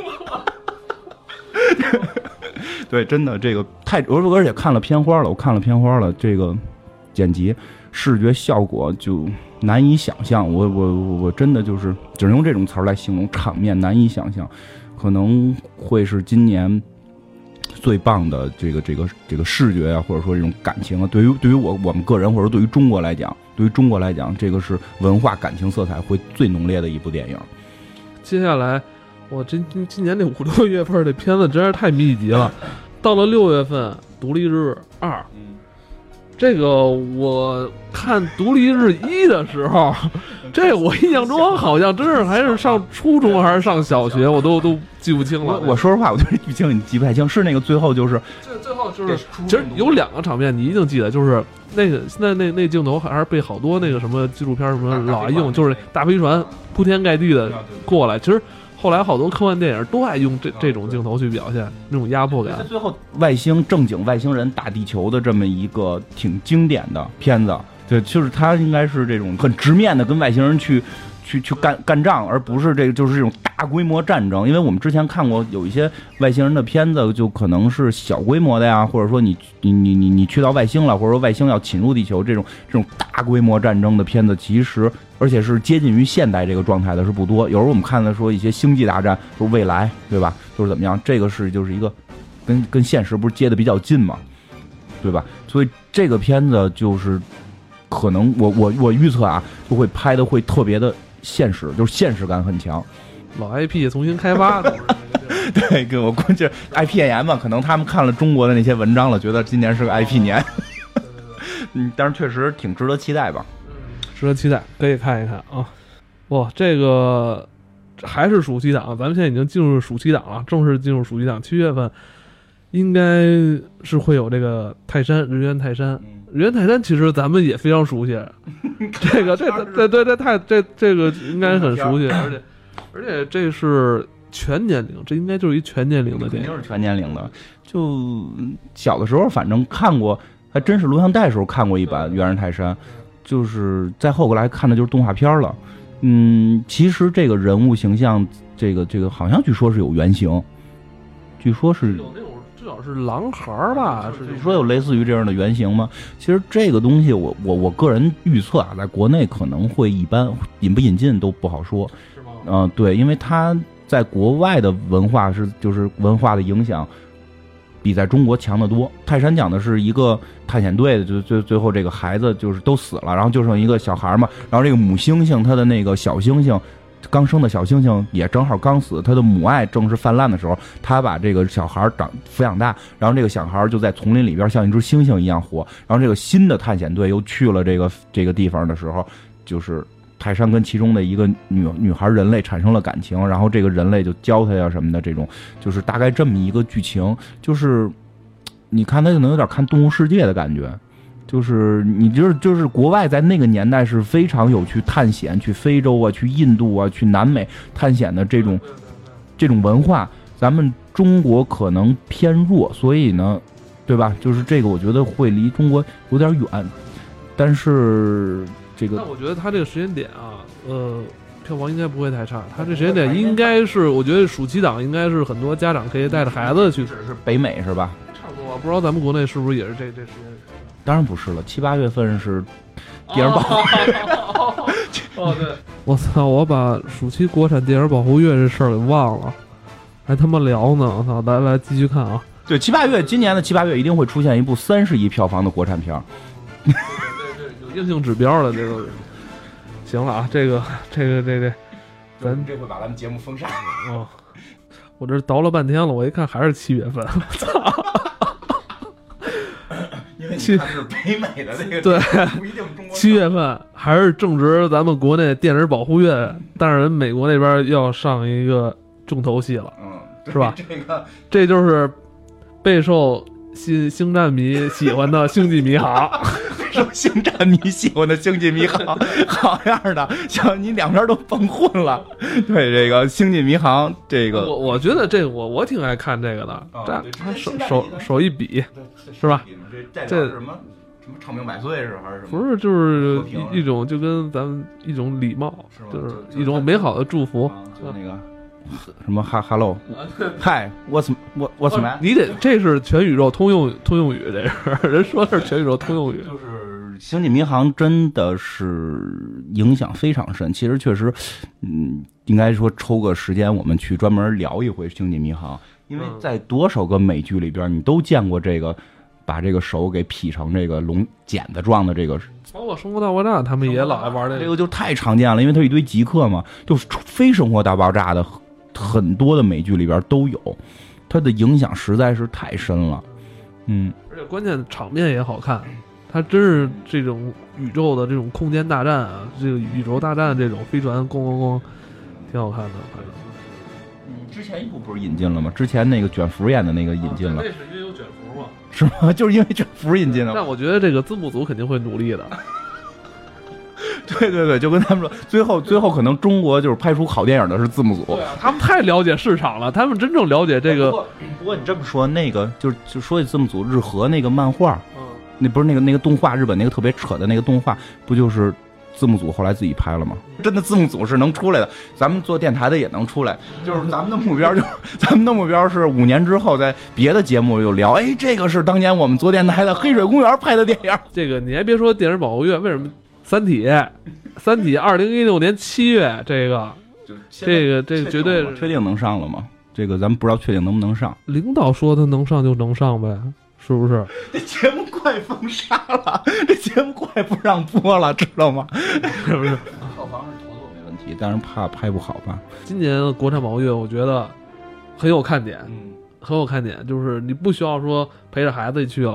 对，真的这个而且看了片花了，我看了片花了，这个剪辑视觉效果就难以想象，我真的就是只能用这种词儿来形容，场面难以想象，可能会是今年最棒的这个视觉啊，或者说这种感情啊，对于我们个人或者对于中国来讲，这个是文化感情色彩会最浓烈的一部电影。 接下来。我今年这5、6月份的片子真是太密集了，到了6月份，《独立日2》，这个我看《独立日1》的时候，这我印象中好像真是还是上初中还是上小学，我都记不清了。 我说实话，我对这剧情你记不太清，是那个最后就是其实有2个场面你一定记得，就是那个那镜头还是被好多那个什么纪录片什么老爱用，就是大飞船铺天盖地的过来，其实。后来好多科幻电影都爱用这种镜头去表现那种压迫感。 最后正经外星人打地球的这么一个挺经典的片子，对，就是它应该是这种很直面的跟外星人去干仗，而不是就是这种大规模战争。因为我们之前看过有一些外星人的片子，就可能是小规模的呀，或者说你去到外星了，或者说外星要侵入地球这种大规模战争的片子，其实而且是接近于现代这个状态的是不多。有时候我们看的说一些星际大战，就是未来，对吧？就是怎么样，这个就是一个跟现实不是接的比较近嘛，对吧？所以这个片子就是可能我预测啊，就会拍的会特别的现实，就是现实感很强。 老 IP 重新开发的， 对，跟我估计 IP 演员嘛，可能他们看了中国的那些文章了，觉得今年是个 IP 年。 但是确实挺值得期待吧。 值得期待，可以看一看啊。哇，这个还是暑期档，咱们现在已经进入暑期档了，正式进入暑期档。7月份应该是会有这个泰山日元泰山，日元泰山其实咱们也非常熟悉，这个这个应该很熟悉，而且这是全年龄，这应该就是一全年龄的电影， 肯定是全年龄的。就小的时候反正看过，还真是录像带时候看过一版《猿人泰山》，就是再后来看的就是动画片了。其实这个人物形象，这个好像据说是有原型，据说是有那种至少是狼孩吧， 据说有类似于这样的原型吗？其实这个东西我个人预测啊，在国内可能会一般，引不引进都不好说。 是吗？ 对，因为它在国外的文化就是文化的影响比在中国强得多。泰山讲的是一个探险队的，最后这个孩子就是都死了，然后就剩一个小孩嘛，然后这个母猩猩它的那个小猩猩刚生的小猩猩也正好刚死，它的母爱正是泛滥的时候，他把这个小孩抚养大，然后这个小孩就在丛林里边像一只猩猩一样活。然后这个新的探险队又去了这个地方的时候，就是泰山跟其中的一个女孩人类产生了感情，然后这个人类就教他呀什么的，这种就是大概这么一个剧情。就是你看他可能有点看动物世界的感觉，就是你就是国外在那个年代是非常有去探险，去非洲啊，去印度啊，去南美探险的这种文化，咱们中国可能偏弱，所以呢，对吧？就是这个我觉得会离中国有点远，但是这个， 但我觉得他这个时间点啊，票房应该不会太差。他这时间点应该是，我觉得暑期档应该是很多家长可以带着孩子去。 是北美是吧？ 差不多，不知道咱们国内是不是也是这时间点？ 当然不是了，7、8月份是电影保护月。 哦，对，我操！我把暑期国产电影保护月这事儿给忘了，还他妈聊呢！我操！来继续看啊！ 对，7、8月，今年的7、8月一定会出现一部30亿票房的国产片。 对，有硬性指标的这个。行了啊，这咱这会把咱们节目封杀。 哦，我这倒了半天了，我一看还是7月份，我操！ 因为它是北美的那个， 对， 不一定中国。 7月份还是正值咱们国内电影保护月，但是人美国那边要上一个重头戏了，是吧？这就是备受星战迷喜欢的《星际迷航》。 受星战迷喜欢的《星际迷航》，好样的，像你两边都蹦混了。对，这个《星际迷航》，这个我觉得这个我挺爱看这个的，他手一比，是吧？ 这什么长命百岁是还是什么？ 不是，就是一种就跟咱们一种礼貌，就是一种美好的祝福， 就那个。什么hello，嗨，what's man？ 你得这是全宇宙通用语，这是人说的是全宇宙通用语。 就是《星际迷航》真的是影响非常深。其实确实，应该说抽个时间我们去专门聊一回《星际迷航》，因为在多少个美剧里边，你都见过这个把这个手给劈成这个龙剪子状的这个。 包括《生活大爆炸》，他们也老爱玩这个就太常见了，因为它一堆极客嘛，就是非《生活大爆炸》的。很多的美剧里边都有，它的影响实在是太深了， 而且关键场面也好看，它真是这种宇宙的这种空间大战啊，这个宇宙大战这种飞船咣咣咣，挺好看的。 之前一部不是引进了吗？之前那个卷福演的那个引进了， 那是因为有卷福嘛？ 是吗？就是因为卷福引进的。 但我觉得这个字幕组肯定会努力的。 对，就跟他们说，最后可能中国就是拍出好电影的是字幕组， 他们太了解市场了，他们真正了解这个。 不过你这么说，那个就说起字幕组，日和那个漫画，那不是那个动画，日本那个特别扯的那个动画，不就是字幕组后来自己拍了吗？真的字幕组是能出来的，咱们做电台的也能出来，就是咱们的目标是5年之后在别的节目又聊，哎，这个是当年我们做电台的黑水公园拍的电影。 这个你还别说，电影保护月为什么？三体2016年7月，这绝对确定能上了吗？这个咱们不知道确定能不能上。 领导说他能上就能上呗，是不是？ 这节目快封杀了，这节目快不让播了，知道吗？ 是不是？ 票房是投作没问题，但是怕拍不好吧。 今年国产保护月我觉得很有看点，很有看点，就是你不需要说陪着孩子去了。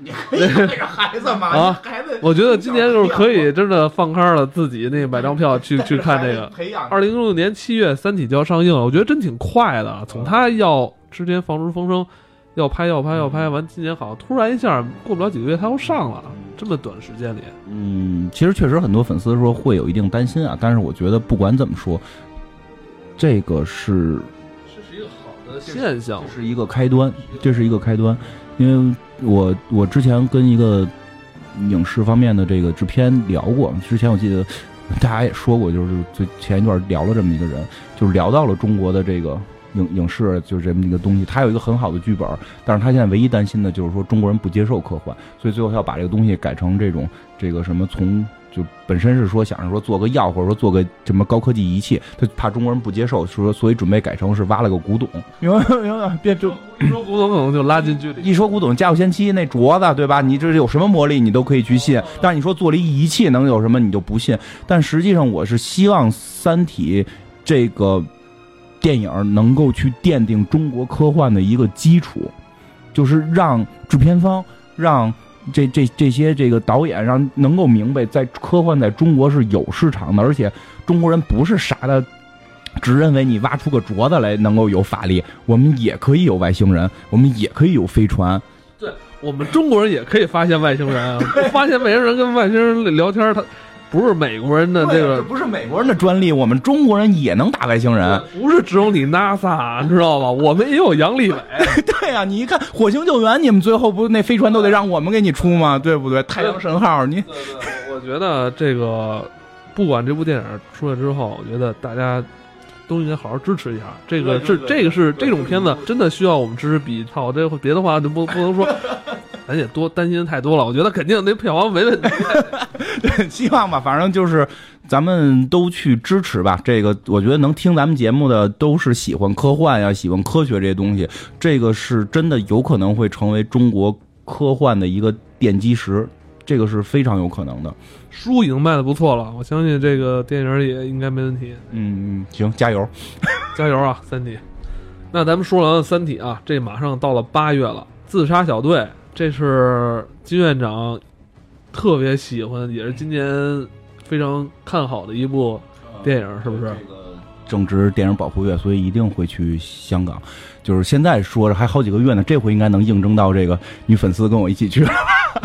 你可以带着孩子嘛啊， 孩子， 我觉得今年就是可以真的放开了自己那买张票去看这个。2016年7月《三体》就要上映了，我觉得真挺快的。从他要之前放出风声，要拍，完今年好像突然一下过不了几个月他又上了，这么短时间里。 其实确实很多粉丝说会有一定担心啊，但是我觉得不管怎么说，这个是一个好的现象， 这是一个开端，因为我之前跟一个影视方面的这个制片聊过，之前我记得大家也说过，就是最前一段聊了这么一个人，就是聊到了中国的这个影视就是这么一个东西，他有一个很好的剧本，但是他现在唯一担心的就是说中国人不接受科幻，所以最后要把这个东西改成这个什么从。就本身是说想着说做个药，或者说做个什么高科技仪器，他怕中国人不接受，说所以准备改成是挖了个古董。明白？别就一说古董可能就拉近距离。 一说古董，家有仙妻那镯子，对吧？你这有什么魔力你都可以去信，但是你说做了一仪器能有什么你就不信。但实际上我是希望《三体》这个电影能够去奠定中国科幻的一个基础，就是让制片方让。这些这个导演让能够明白，在科幻在中国是有市场的，而且中国人不是傻的，只认为你挖出个镯子来能够有法力，我们也可以有外星人，我们也可以有飞船。 对，我们中国人也可以发现外星人啊！发现外星人跟外星人聊天，他不是美国人的这个， 不是美国人的专利，我们中国人也能打外星人， 不是只有你 NASA， 你知道吧？我们也有杨利伟。 对呀、你一看火星救援，你们最后不那飞船都得让我们给你出吗？对不对？太阳神号，你对，我觉得这个不管这部电影出来之后，我觉得大家都应该好好支持一下。这个是这种片子真的需要我们支持。比操这别的话就不能说。咱也多担心太多了，我觉得肯定那票房没问题。 对，希望吧，反正就是咱们都去支持吧。这个我觉得能听咱们节目的都是喜欢科幻呀、喜欢科学这些东西，这个是真的有可能会成为中国科幻的一个奠基石，这个是非常有可能的。 书已经卖的不错了，我相信这个电影也应该没问题。 行，加油， 加油啊，三体。那咱们说完了三体啊，这马上到了8月了，自杀小队。这是金院长特别喜欢，也是今年非常看好的一部电影，是不是？ 这个正值电影保护月，所以一定会去香港。就是现在说着还好几个月呢，这回应该能应征到这个女粉丝跟我一起去。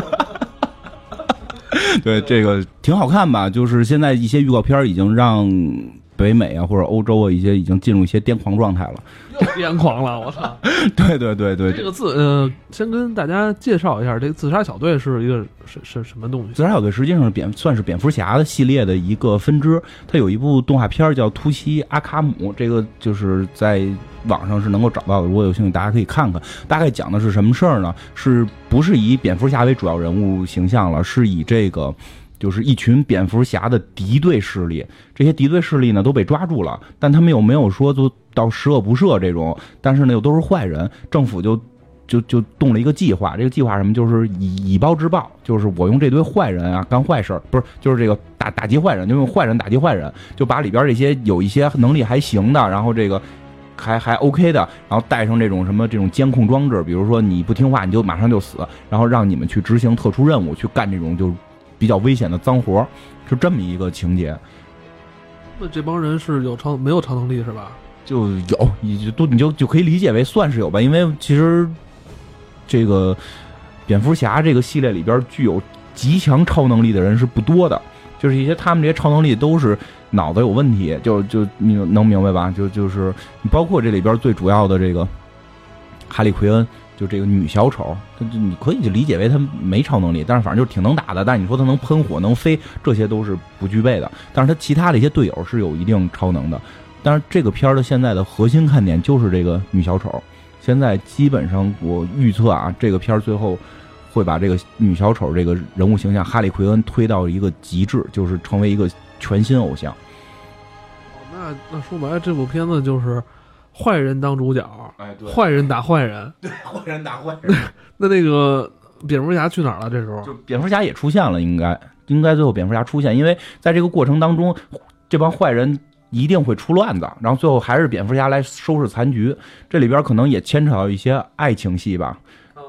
对，这个挺好看吧？就是现在一些预告片已经让北美啊或者欧洲啊一些已经进入一些癫狂状态了。 癫狂了，我操！ 对， 这个先跟大家介绍一下，这个自杀小队是一个是什么东西？ 自杀小队实际上算是蝙蝠侠的系列的一个分支，它有一部动画片叫《突袭阿卡姆》，这个就是在网上是能够找到的，如果有兴趣大家可以看看。大概讲的是什么事儿呢？是不是以蝙蝠侠为主要人物形象了？是以这个。就是一群蝙蝠侠的敌对势力，这些敌对势力呢都被抓住了，但他们又没有说就到十恶不赦这种，但是呢又都是坏人，政府就动了一个计划，这个计划什么就是以暴制暴，就是我用这堆坏人啊干坏事，不是就是这个打击坏人，就用坏人打击坏人，就把里边这些有一些能力还行的，然后这个还 OK 的，然后带上这种什么这种监控装置，比如说你不听话你就马上就死，然后让你们去执行特殊任务，去干这种就比较危险的脏活，是这么一个情节。 那这帮人是没有超能力是吧？ 就有，你就可以理解为算是有吧，因为其实这个蝙蝠侠这个系列里边具有极强超能力的人是不多的，就是一些他们这些超能力都是脑子有问题，就你能明白吧？就是包括这里边最主要的这个哈利奎恩。就这个女小丑，你可以就理解为她没超能力，但是反正就是挺能打的。但是你说她能喷火、能飞，这些都是不具备的。但是她其他的一些队友是有一定超能的。但是这个片儿的现在的核心看点就是这个女小丑。现在基本上我预测啊，这个片儿最后会把这个女小丑这个人物形象哈利奎恩推到一个极致，就是成为一个全新偶像。 那说白了，这部片子就是。坏人当主角， 哎，对， 坏人打坏人， 对，坏人打坏人。 那个蝙蝠侠去哪儿了？这时候， 就蝙蝠侠也出现了，应该最后蝙蝠侠出现，因为在这个过程当中，这帮坏人一定会出乱子，然后最后还是蝙蝠侠来收拾残局。这里边可能也牵扯到一些爱情戏吧。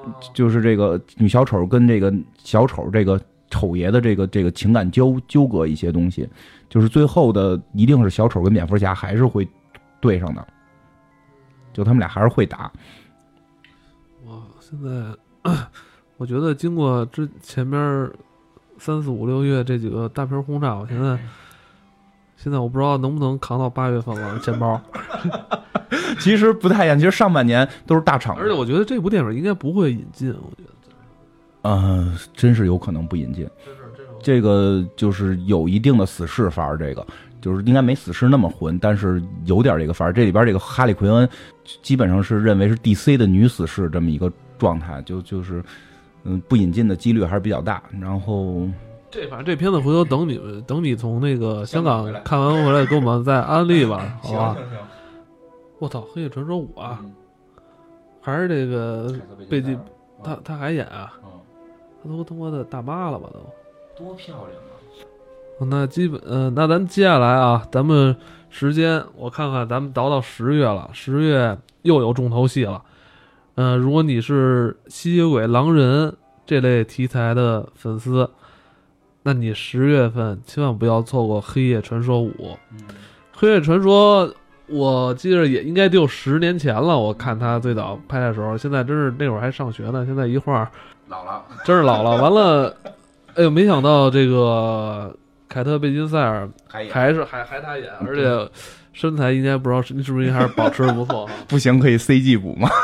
就是这个女小丑跟这个小丑这个丑爷的这个情感纠葛一些东西，就是最后的一定是小丑跟蝙蝠侠还是会对上的，就他们俩还是会打。 哇，现在我觉得经过前面3、4、5、6月这几个大片轰炸，我现在我不知道能不能扛到8月份了钱包。 其实不太一样，其实上半年都是大场面， 而且我觉得这部电影应该不会引进，我觉得真是有可能不引进。这个就是有一定的死侍范儿，这个就是应该没死侍那么混，但是有点这个范儿。这里边这个哈利奎恩基本上是认为是 DC 的女死侍这么一个状态，就是不引进的几率还是比较大。然后反正这片子回头等你从那个香港看完回来，给我们再安利吧，好吧？我操，《黑夜传说5》啊，还是这个贝蒂，他还演啊？他都他妈的大妈了吧都？ 多漂亮啊！ 那咱接下来啊，咱们时间我看看，咱们倒到10月了，10月又有重头戏了。如果你是吸血鬼、狼人这类题材的粉丝，那你10月份千万不要错过《黑夜传说5》。黑夜传说我记得也应该得有10年前了，我看他最早拍的时候，现在真是那会儿还上学呢，现在一晃老了， 真是老了。完了，哎呦，没想到这个凯特·贝金赛尔还他演，而且身材应该不知道是不是还是保持的不错哈。 不行可以 CG 补吗？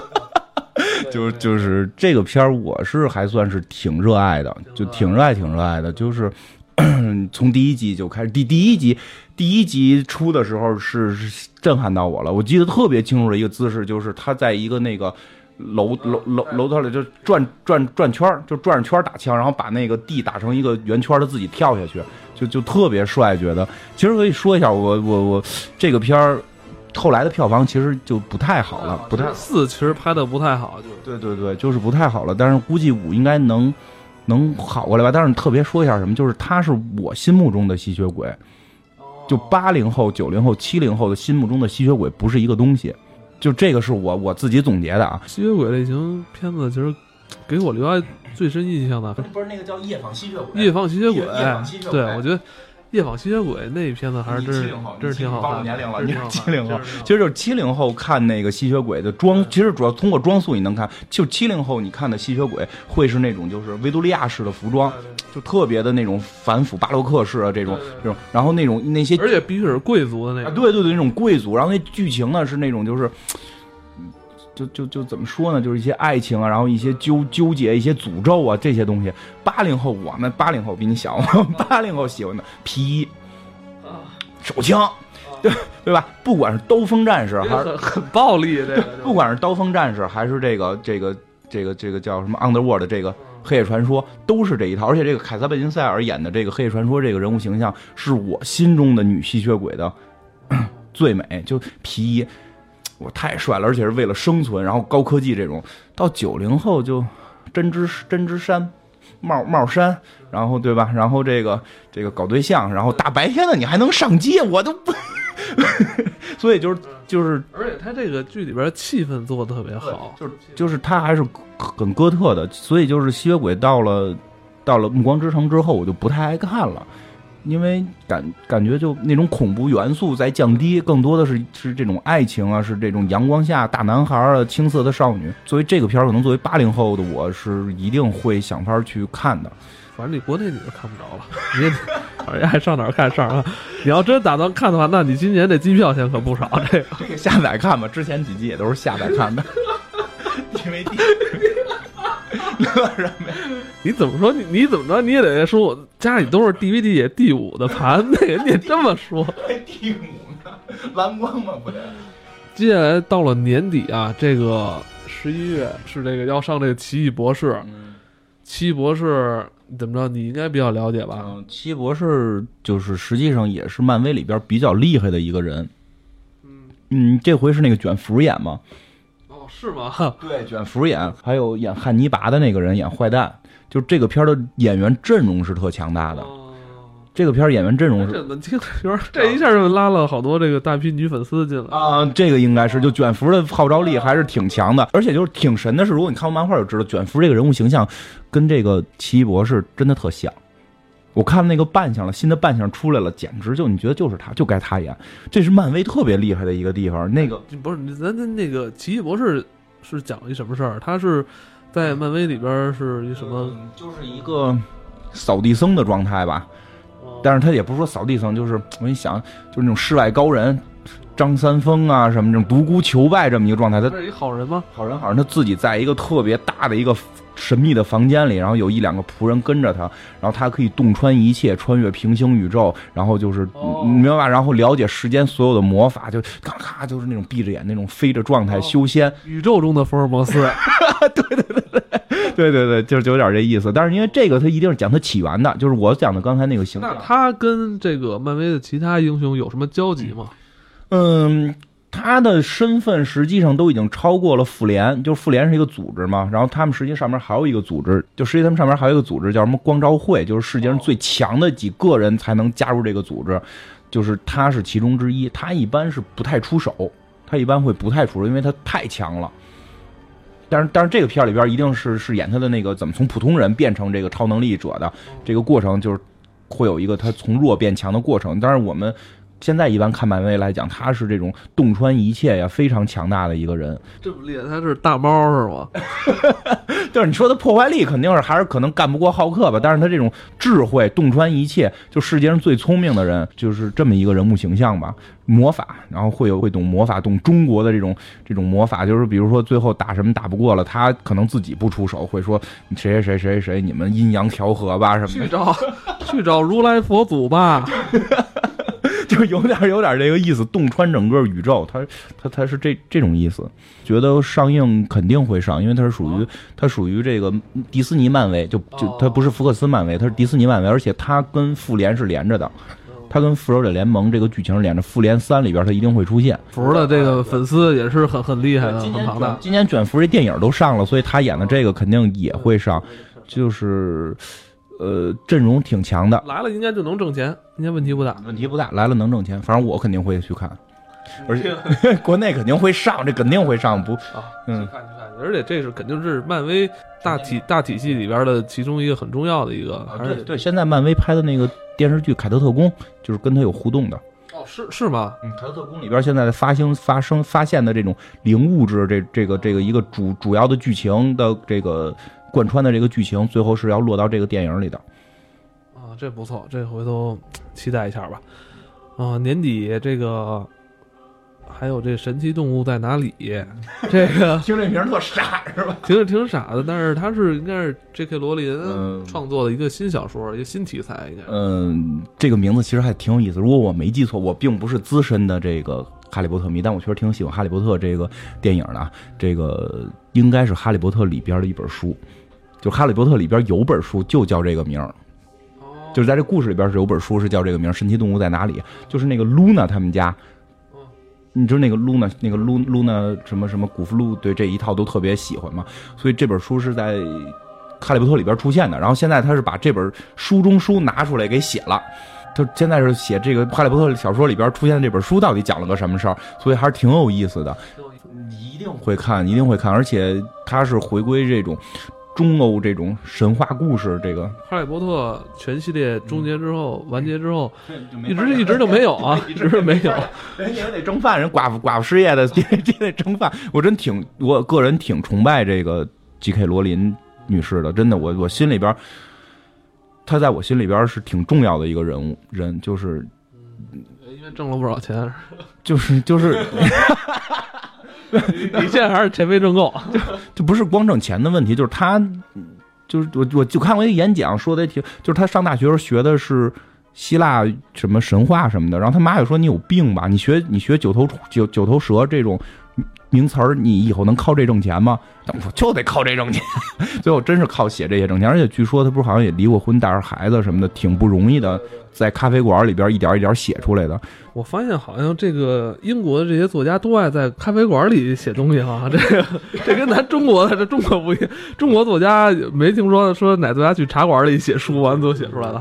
就是这个片儿，我是还算是挺热爱的，就挺热爱的，就是从第一集就开始，第一集出的时候是震撼到我了。我记得特别清楚的一个姿势，就是他在一个那个楼头里就转圈，就转着圈打枪，然后把那个地打成一个圆圈，他自己跳下去，就特别帅。觉得其实可以说一下，我这个片儿后来的票房其实就不太好了，不太 4其实拍的不太好， 对，就是不太好了。但是估计5应该能好过来吧。但是特别说一下什么，就是他是我心目中的吸血鬼，就80后、90后、70后的心目中的吸血鬼不是一个东西。就这个是我自己总结的啊。 吸血鬼类型片子其实给我留下最深印象的， 不是那个叫夜访吸血鬼， 对，我觉得夜访吸血鬼那片子还是真是挺好看的。 年龄了，你是70后，其实就是70后看那个吸血鬼的装，其实主要通过装束你能看，就70后你看的吸血鬼会是那种就是维多利亚式的服装，就特别的那种反腐巴洛克式的这种，然后那些， 而且必须是贵族的那种， 对，那种贵族，然后那剧情呢是那种就是。就怎么说呢？就是一些爱情啊，然后一些纠结，一些诅咒啊，这些东西。80后，我们80后比你小，80后喜欢的皮衣、手枪，对吧？不管是刀锋战士还是很暴力，这个不管是刀锋战士还是这个叫什么 Underworld 这个黑夜传说，都是这一套。而且这个凯撒贝金赛尔演的这个黑夜传说这个人物形象，是我心中的女吸血鬼的最美，就皮衣。我太帅了，而且是为了生存，然后高科技这种。到90后就针织衫、帽衫，然后对吧？然后这个搞对象，然后大白天的你还能上街，我都不。所以就是， 而且他这个剧里边气氛做得特别好， 就是他还是很哥特的，所以就是吸血鬼到了暮光之城之后，我就不太爱看了。因为感觉就那种恐怖元素在降低，更多的是这种爱情啊，是这种阳光下大男孩啊，青涩的少女。作为这个片儿，可能作为80后的我是一定会想法去看的。 反正你国内你是看不着了，你反正还上哪儿看上啊？你要真打算看的话，那你今年这机票钱可不少。这个下载看吧，之前几集也都是下载看的。DVD。 你怎么说？你怎么着？你也得说，我家里都是 DVD 也第5的盘，那个你也这么说。 第5呢？蓝光吗？不得。 接下来到了年底啊，这个11月是这个要上这个奇异博士。奇异博士怎么着？你应该比较了解吧？ 奇异博士就是实际上也是漫威里边比较厉害的一个人。这回是那个卷福演吗？ 是吗？ 对，卷福演，还有演汉尼拔的那个人演坏蛋，就这个片的演员阵容是特强大的， 这个片儿演员阵容是这一下就拉了好多这个大批女粉丝进来啊，这个应该是就卷福的号召力还是挺强的，而且就是挺神的是，如果你看过漫画就知道，卷福这个人物形象跟这个奇异博士真的特像。我看那个扮相了，新的扮相出来了，简直就你觉得就是他，就该他演。这是漫威特别厉害的一个地方。那个不是咱那个奇异博士是讲一什么事儿？他是在漫威里边是一什么？ 就是一个扫地僧的状态吧。但是他也不是说扫地僧，就是我一想，就是那种世外高人，张三丰啊什么这种独孤求败这么一个状态。他是一好人吗？ 好人，他自己在一个特别大的一个神秘的房间里，然后有1-2个仆人跟着他，然后他可以洞穿一切，穿越平行宇宙，然后就是你明白吧？然后了解世间所有的魔法，就咔咔就是那种闭着眼那种飞着状态修仙， 宇宙中的福尔摩斯。 对，就是有点这意思。但是因为这个他一定是讲他起源的，就是我讲的刚才那个形象。 那他跟这个漫威的其他英雄有什么交集吗？ 他的身份实际上都已经超过了复联，就是复联是一个组织嘛，然后他们实际上面还有一个组织，就实际他们上面还有一个组织叫什么光照会，就是世界上最强的几个人才能加入这个组织，就是他是其中之一。他一般是不太出手，他一般会不太出手，因为他太强了。但是这个片里边一定是演他的那个怎么从普通人变成这个超能力者的这个过程，就是会有一个他从弱变强的过程。当然我们现在一般看漫威来讲，他是这种洞穿一切呀，非常强大的一个人。 这么厉害，他是大猫是吗？ 就是你说他破坏力肯定是还是可能干不过浩克吧，但是他这种智慧洞穿一切，就世界上最聪明的人，就是这么一个人物形象吧。魔法，然后会懂魔法，懂中国的这种魔法，就是比如说最后打什么打不过了，他可能自己不出手，会说谁，你们阴阳调和吧什么的， 去找如来佛祖吧。 就有点这个意思，洞穿整个宇宙，他是这种意思。觉得上映肯定会上，因为它属于这个迪士尼漫威，就它不是福克斯漫威，它是迪士尼漫威，而且它跟复联是连着的。它跟复仇者联盟这个剧情是连着，复联3里边它一定会出现。 福的这个粉丝也是很厉害的，很庞大。 今年卷福这电影都上了，所以他演的这个肯定也会上，就是阵容挺强的。 来了应该就能挣钱，应该问题不大， 来了能挣钱，反正我肯定会去看，而且国内肯定会上，这肯定会上不？ 去看，而且这是肯定是漫威大体系里边的其中一个很重要的一个。 对，现在漫威拍的那个电视剧《凯特特工》就是跟他有互动的。 哦，是吗？ 凯特特工里边现在的发现的这种灵物质，这个一个主要的剧情的这个贯穿的这个剧情，最后是要落到这个电影里的。 啊，这不错，这回头期待一下吧。啊，年底这个。还有这神奇动物在哪里？这个听这名特傻是吧？ 挺傻的，但是它应该是 J.K. 罗琳创作的一个新小说，一个新题材，应该。 这个名字其实还挺有意思。如果我没记错，我并不是资深的这个哈利波特迷，但我确实挺喜欢哈利波特这个电影的。这个应该是哈利波特里边的一本书，就哈利波特里边有本书就叫这个名儿。就是在这故事里边是有本书是叫这个名儿，神奇动物在哪里？就是那个露娜他们家。你知道那个露娜什么古弗路对这一套都特别喜欢嘛，所以这本书是在哈利波特里边出现的。然后现在他是把这本书中书拿出来给写了，他现在是写这个哈利波特小说里边出现的这本书到底讲了个什么事儿，所以还是挺有意思的。你一定会看，而且他是回归这种中欧这种神话故事，这个哈利波特全系列完结之后，一直就没有啊，一直没有。 人家得蒸饭，人寡妇失业的得蒸饭。我个人挺崇拜这个 J.K. 罗琳女士的，真的，我心里边，她在我心里边是挺重要的一个人，就是， 因为挣了不少钱， 就是。 你现在还是钱没挣够， 就不是光挣钱的问题，就是他，就是我就看过一个演讲，说的挺，就是他上大学时候学的是希腊什么神话什么的，然后他妈就说你有病吧，你学九头蛇这种名词儿，你以后能靠这挣钱吗？我就得靠这挣钱，最后真是靠写这些挣钱，而且据说他不是好像也离过婚，带着孩子什么的，挺不容易的，在咖啡馆里边一点一点写出来的。 我发现好像这个英国的这些作家都爱在咖啡馆里写东西哈，这跟咱中国不一样，中国作家没听说哪作家去茶馆里写书完都写出来的哈。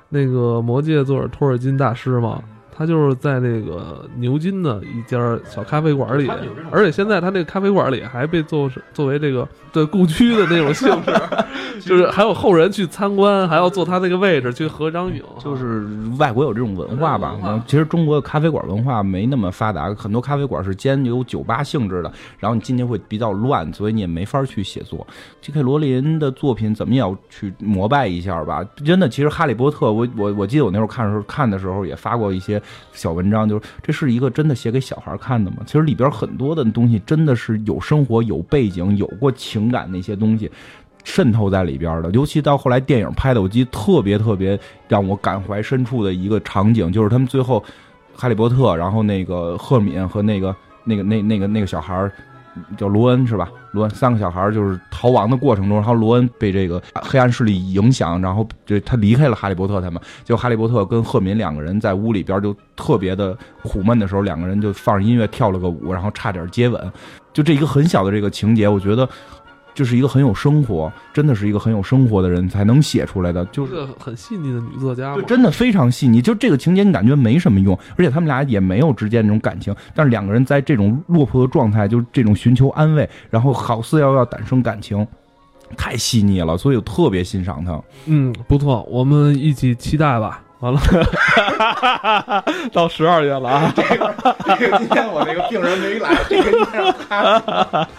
那个魔戒作者托尔金大师嘛，他就是在那个牛津的一家小咖啡馆里，而且现在他那个咖啡馆里还被作为这个对故居的那种性质，就是还有后人去参观，还要坐他那个位置去合张影。 就是外国有这种文化吧，其实中国的咖啡馆文化没那么发达，很多咖啡馆是兼有酒吧性质的，然后你进去会比较乱，所以你也没法去写作。J.K. 罗琳的作品怎么也要去膜拜一下吧，真的。其实哈利波特，我记得我那时候看的时候也发过一些小文章，就是这是一个真的写给小孩看的吗？其实里边很多的东西真的是有生活、有背景、有过情感那些东西渗透在里边的。尤其到后来电影拍的，我记得特别让我感怀深处的一个场景，就是他们最后哈利波特，然后那个赫敏和那个小孩叫罗恩是吧？罗恩3个小孩就是逃亡的过程中，然后罗恩被这个黑暗势力影响，然后他离开了哈利波特他们。结果哈利波特跟赫敏2个人在屋里边就特别的苦闷的时候，2个人就放着音乐跳了个舞，然后差点接吻。就这一个很小的这个情节，我觉得就是一个很有生活，真的是一个很有生活的人才能写出来的，就是一个很细腻的女作家嘛， 真的非常细腻。就这个情节你感觉没什么用，而且他们俩也没有之间那种感情，但是2个人在这种落魄的状态，就这种寻求安慰，然后好似要诞生感情，太细腻了，所以我特别欣赏他。 不错，我们一起期待吧。完了，到12月了啊！ 这个今天我那个病人没来，这个你让他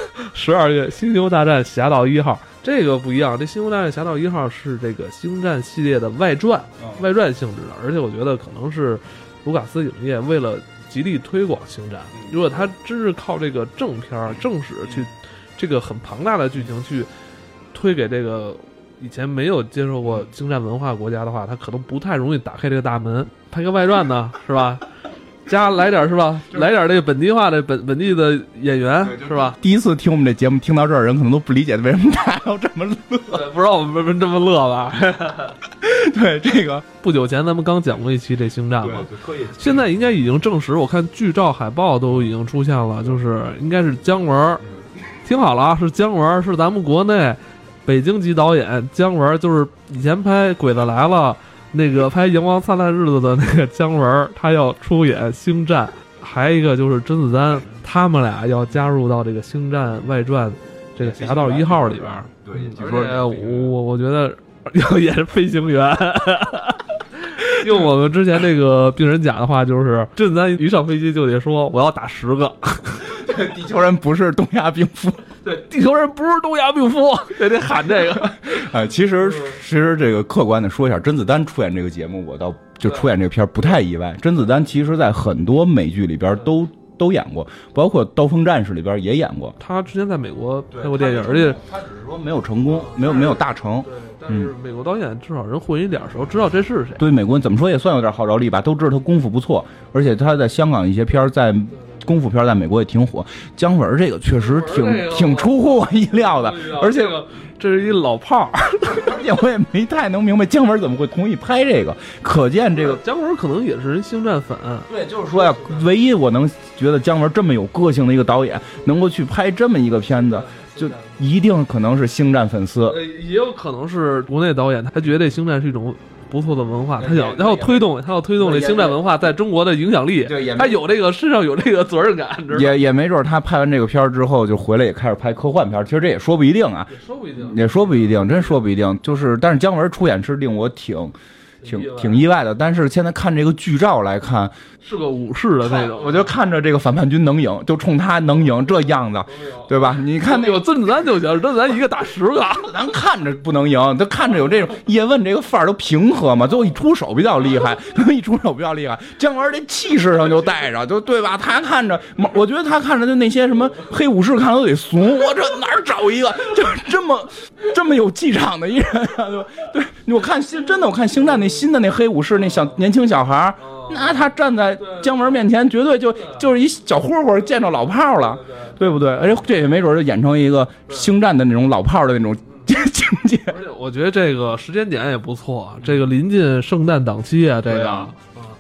12月《星球大战：侠盗1号》这个不一样，这《星球大战：侠盗1号》是这个星战系列的外传性质的，而且我觉得可能是卢卡斯影业为了极力推广星战，如果他真是靠这个正片正史去这个很庞大的剧情去推给这个以前没有接受过星战文化国家的话，他可能不太容易打开这个大门。拍个外传呢，是吧？加来点是吧？来点这个本地化的本地的演员是吧？ 第一次听我们这节目听到这儿，人可能都不理解为什么大家要这么乐， 不知道我们为什么这么乐吧？ 对，这个不久前咱们刚讲过一期这星战嘛，现在应该已经证实，我看剧照海报都已经出现了，就是应该是姜文，听好了啊，是姜文，是咱们国内北京籍导演姜文，就是以前拍《鬼子来了》那个拍《阳光灿烂日子》的那个姜文，他要出演《星战》，还有一个就是甄子丹，他们俩要加入到这个《星战外传》这个《侠盗1号》里边。 对， 而且我觉得要演飞行员。用我们之前那个病人讲的话，就是甄子丹一上飞机就得说我要打10个。 地球人不是东亚病夫， 对，地球人不是东亚病夫，得喊这个。 其实这个客观的说一下，甄子丹出演这个节目，我倒就出演这个片不太意外。甄子丹其实在很多美剧里边都演过，包括《刀锋战士》里边也演过。 他之前在美国拍过电影，而且他只是说没有成功，没有大成。 对，但是美国导演至少人混一点时候知道这是谁。 对，美国人怎么说也算有点号召力吧，都知道他功夫不错，而且他在香港一些片在功夫片在美国也挺火。姜文这个确实挺出乎我意料的，而且这是一老炮儿， 而且我也没太能明白姜文怎么会同意拍这个，可见这个姜文可能也是人星战粉。 对，就是说呀，唯一我能觉得姜文这么有个性的一个导演，能够去拍这么一个片子，就一定可能是星战粉丝， 也有可能是国内导演，他觉得星战是一种不错的文化，他想要推动这星战文化在中国的影响力，他有这个身上有这个责任感， 也没准他拍完这个片之后就回来也开始拍科幻片，其实这也说不一定啊， 也说不一定，真说不一定。就是但是姜文出演是令我挺意外的，但是现在看这个剧照来看， 是个武士的那种， 我就看着这个反叛军能赢，就冲他能赢这样子，对吧？你看那个甄子丹就行，甄子丹一个打10个， 咱看着不能赢，他看着有这种叶问这个范儿都平和嘛，最后一出手比较厉害，姜文这气势上就带着，就对吧？他看着，我觉得他看着就那些什么黑武士看着都得怂，我这哪儿找一个就是这么有气场的一人啊？对，我看星战那新的那黑武士那年轻小孩，那他站在姜文面前，绝对就是一小混混见着老炮了，对不对？而且这也没准就演成一个星战的那种老炮的那种情节。 而且我觉得这个时间点也不错，这个临近圣诞档期啊，这个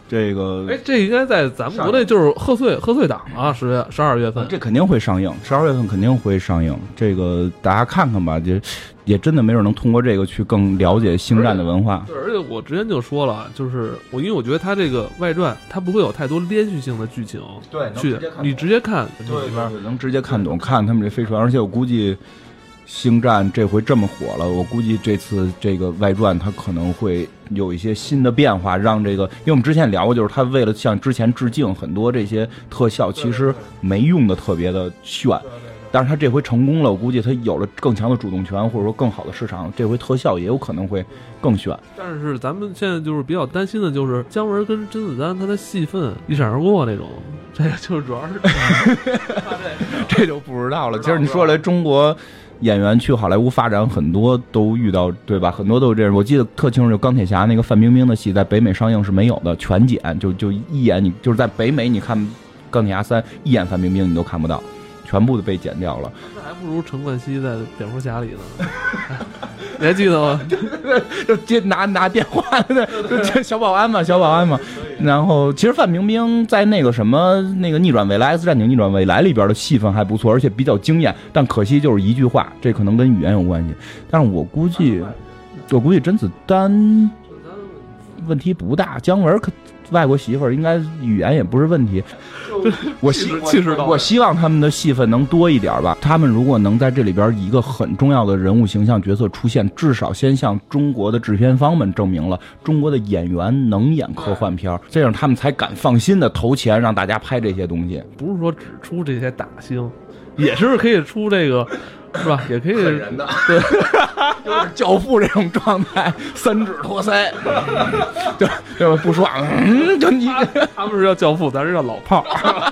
这个这应该在咱们国内就是贺岁档啊，12月份， 这肯定会上映，12月份肯定会上映。这个大家看看吧，也真的没准能通过这个去更了解星战的文化。 对，而且我之前就说了，就是因为我觉得它这个外传它不会有太多连续性的剧情， 对， 你直接看， 对，能直接看懂，看他们这飞船，而且我估计。星战这回这么火了，我估计这次这个外传它可能会有一些新的变化，让这个，因为我们之前聊过，就是它为了向之前致敬，很多这些特效其实没用的特别的炫，但是它这回成功了，我估计它有了更强的主动权，或者说更好的市场，这回特效也有可能会更炫。 但是咱们现在就是比较担心的就是姜文跟甄子丹他的戏份一闪而过那种，这个就是主要是这就不知道了。其实你说来中国。演员去好莱坞发展，很多都遇到，对吧？很多都是这样。我记得特清楚，就钢铁侠那个范冰冰的戏在北美上映是没有的，全剪，就一眼你就是在北美你看钢铁侠3一眼范冰冰你都看不到，全部都被剪掉了。 那还不如陈冠希在蝙蝠侠里呢。你还记得吗？ 就接拿电话的，就小保安嘛。然后其实范冰冰在那个什么那个逆转未来 X 战警逆转未来里边的戏份还不错，而且比较惊艳，但可惜就是一句话，这可能跟语言有关系。但是我估计甄子丹问题不大，姜文外国媳妇儿应该语言也不是问题。我希望他们的戏份能多一点吧。他们如果能在这里边以一个很重要的人物形象角色出现，至少先向中国的制片方们证明了中国的演员能演科幻片，这样他们才敢放心的投钱让大家拍这些东西。 不是说只出这些大星，也是可以出这个。是吧？也可以人的，对，有点教父这种状态，三指托腮，就不爽，就你他们是叫教父，咱是叫老炮儿。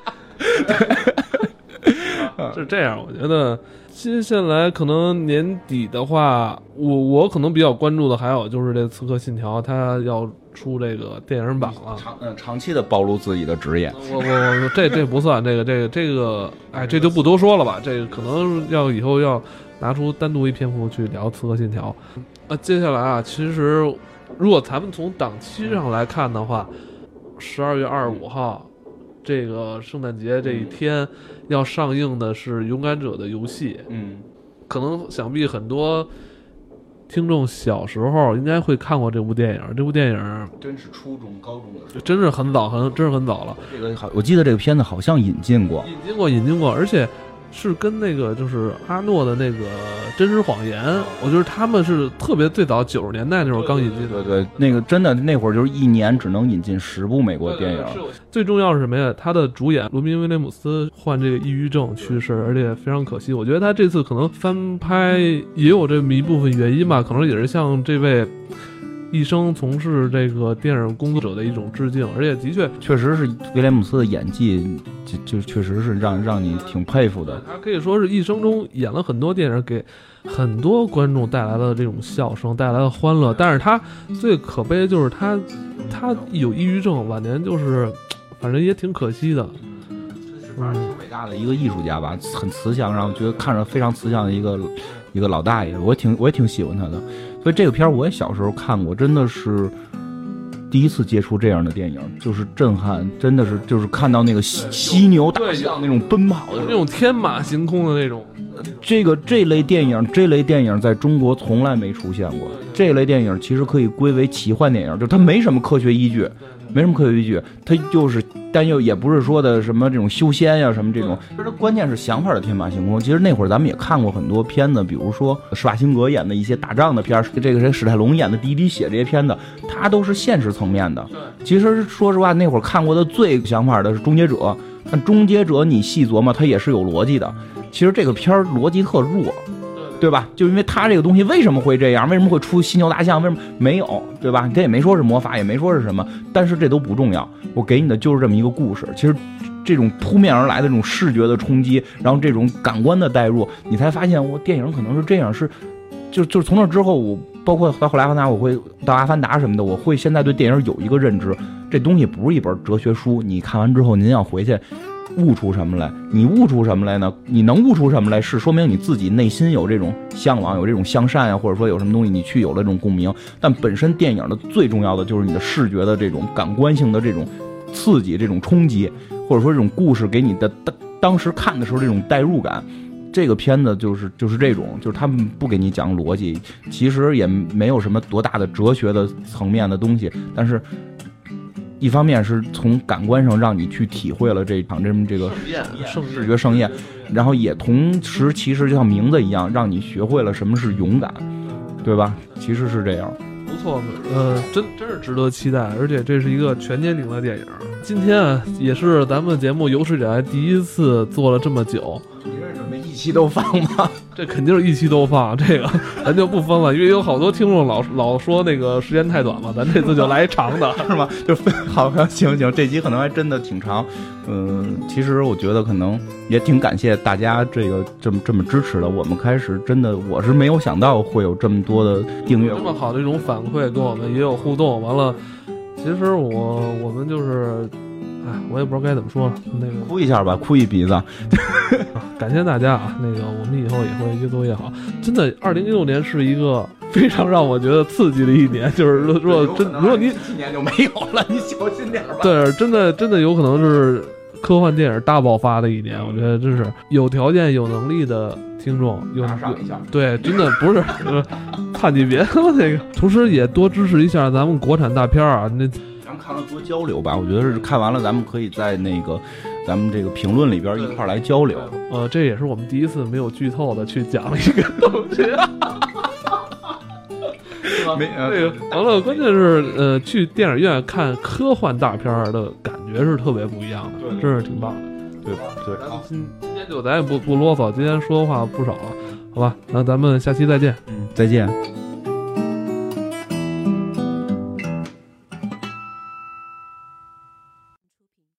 是这样，我觉得接下来可能年底的话，我可能比较关注的还有就是这《刺客信条》，它要出这个电影版了， 长期的暴露自己的职业。 我这不算这个，哎，这就不多说了吧。这个可能要以后要拿出单独一篇幅去聊《刺客信条》。接下来啊，其实如果咱们从档期上来看的话，12月25号这个圣诞节这一天要上映的是《勇敢者的游戏》。可能想必很多听众小时候应该会看过这部电影，这部电影真是初中、高中的时候， 真是很早了。这个我记得这个片子好像引进过， 而且是跟那个就是阿诺的那个真实谎言，我觉得他们是特别最早90年代那会儿刚引进的。 对，那个真的那会儿就是一年只能引进10部美国电影。 最重要是什么呀？他的主演罗宾·威廉姆斯患这个抑郁症去世，而且非常可惜。我觉得他这次可能翻拍也有这么一部分原因吧，可能也是向这位一生从事这个电影工作者的一种致敬，而且确实是威廉姆斯的演技就确实是让你挺佩服的。 他可以说是一生中演了很多电影，给很多观众带来了这种笑声，带来了欢乐。但是他最可悲的就是他有抑郁症，晚年就是反正也挺可惜的。 挺伟大的一个艺术家吧，很慈祥，然后觉得看着非常慈祥的一个老大爷，我也挺喜欢他的。所以这个片我也小时候看过，真的是第一次接触这样的电影，就是震撼，真的是就是看到那个犀牛大象那种奔跑的那种天马行空的那种。 这类电影在中国从来没出现过。这类电影其实可以归为奇幻电影，就它没什么科学依据。它就是但又也不是说的什么这种修仙呀什么这种，就是关键是想法的天马行空。其实那会儿咱们也看过很多片子，比如说施瓦辛格演的一些打仗的片，这个谁史泰龙演的《第一滴血》这些片子，它都是现实层面的。其实说实话，那会儿看过的最想法的是《终结者》，但《终结者》你细琢磨，它也是有逻辑的。其实这个片逻辑特弱，对吧？就因为它这个东西为什么会这样，为什么会出犀牛大象，为什么没有，对吧？它也没说是魔法，也没说是什么，但是这都不重要。我给你的就是这么一个故事。其实这种扑面而来的这种视觉的冲击，然后这种感官的带入，你才发现我电影可能是这样，就是从那之后，我包括到后来我会到阿凡达什么的，我会现在对电影有一个认知，这东西不是一本哲学书，你看完之后您要回去悟出什么来。你悟出什么来呢？你能悟出什么来，是说明你自己内心有这种向往，有这种向善呀，或者说有什么东西你去有了这种共鸣。但本身电影的最重要的就是你的视觉的这种感官性的这种刺激、这种冲击，或者说这种故事给你的当时看的时候这种代入感。这个片子就是这种，就是他们不给你讲逻辑，其实也没有什么多大的哲学的层面的东西，但是一方面是从感官上让你去体会了这场这个视觉盛宴，然后也同时其实就像名字一样，让你学会了什么是勇敢，对吧？其实是这样。 不错，真是值得期待，而且这是一个全年龄的电影。今天啊，也是咱们节目有史以来第一次做了这么久。 你是准备一期都放吗？ 这肯定是一期都放，这个咱就不分了，因为有好多听众老说那个时间太短嘛，咱这次就来长的， 是吗？就好，行，这集可能还真的挺长。其实我觉得可能也挺感谢大家这么支持的。我们开始真的我是没有想到会有这么多的订阅， 这么好的一种反馈，跟我们也有互动。完了，其实我们就是。我也不知道该怎么说了，那个哭一下吧，哭一鼻子。 感谢大家啊，那个我们以后也会越做越好。真的，2016年是一个非常让我觉得刺激的一年，就是如果你今年就没有了，你小心点吧。 对，真的有可能是科幻电影大爆发的一年。我觉得真是有条件有能力的听众对，真的不是看你别那个，同时也多支持一下咱们国产大片啊，那。 咱们看了多交流吧，我觉得是看完了，咱们可以在那个咱们这个评论里边一块来交流。 这也是我们第一次没有剧透的去讲了一个东西。那个完了，关键是去电影院看科幻大片的感觉是特别不一样的，真是挺棒的。对，今天就咱也不啰嗦，今天说的话不少了，好吧？那咱们下期再见。 再见。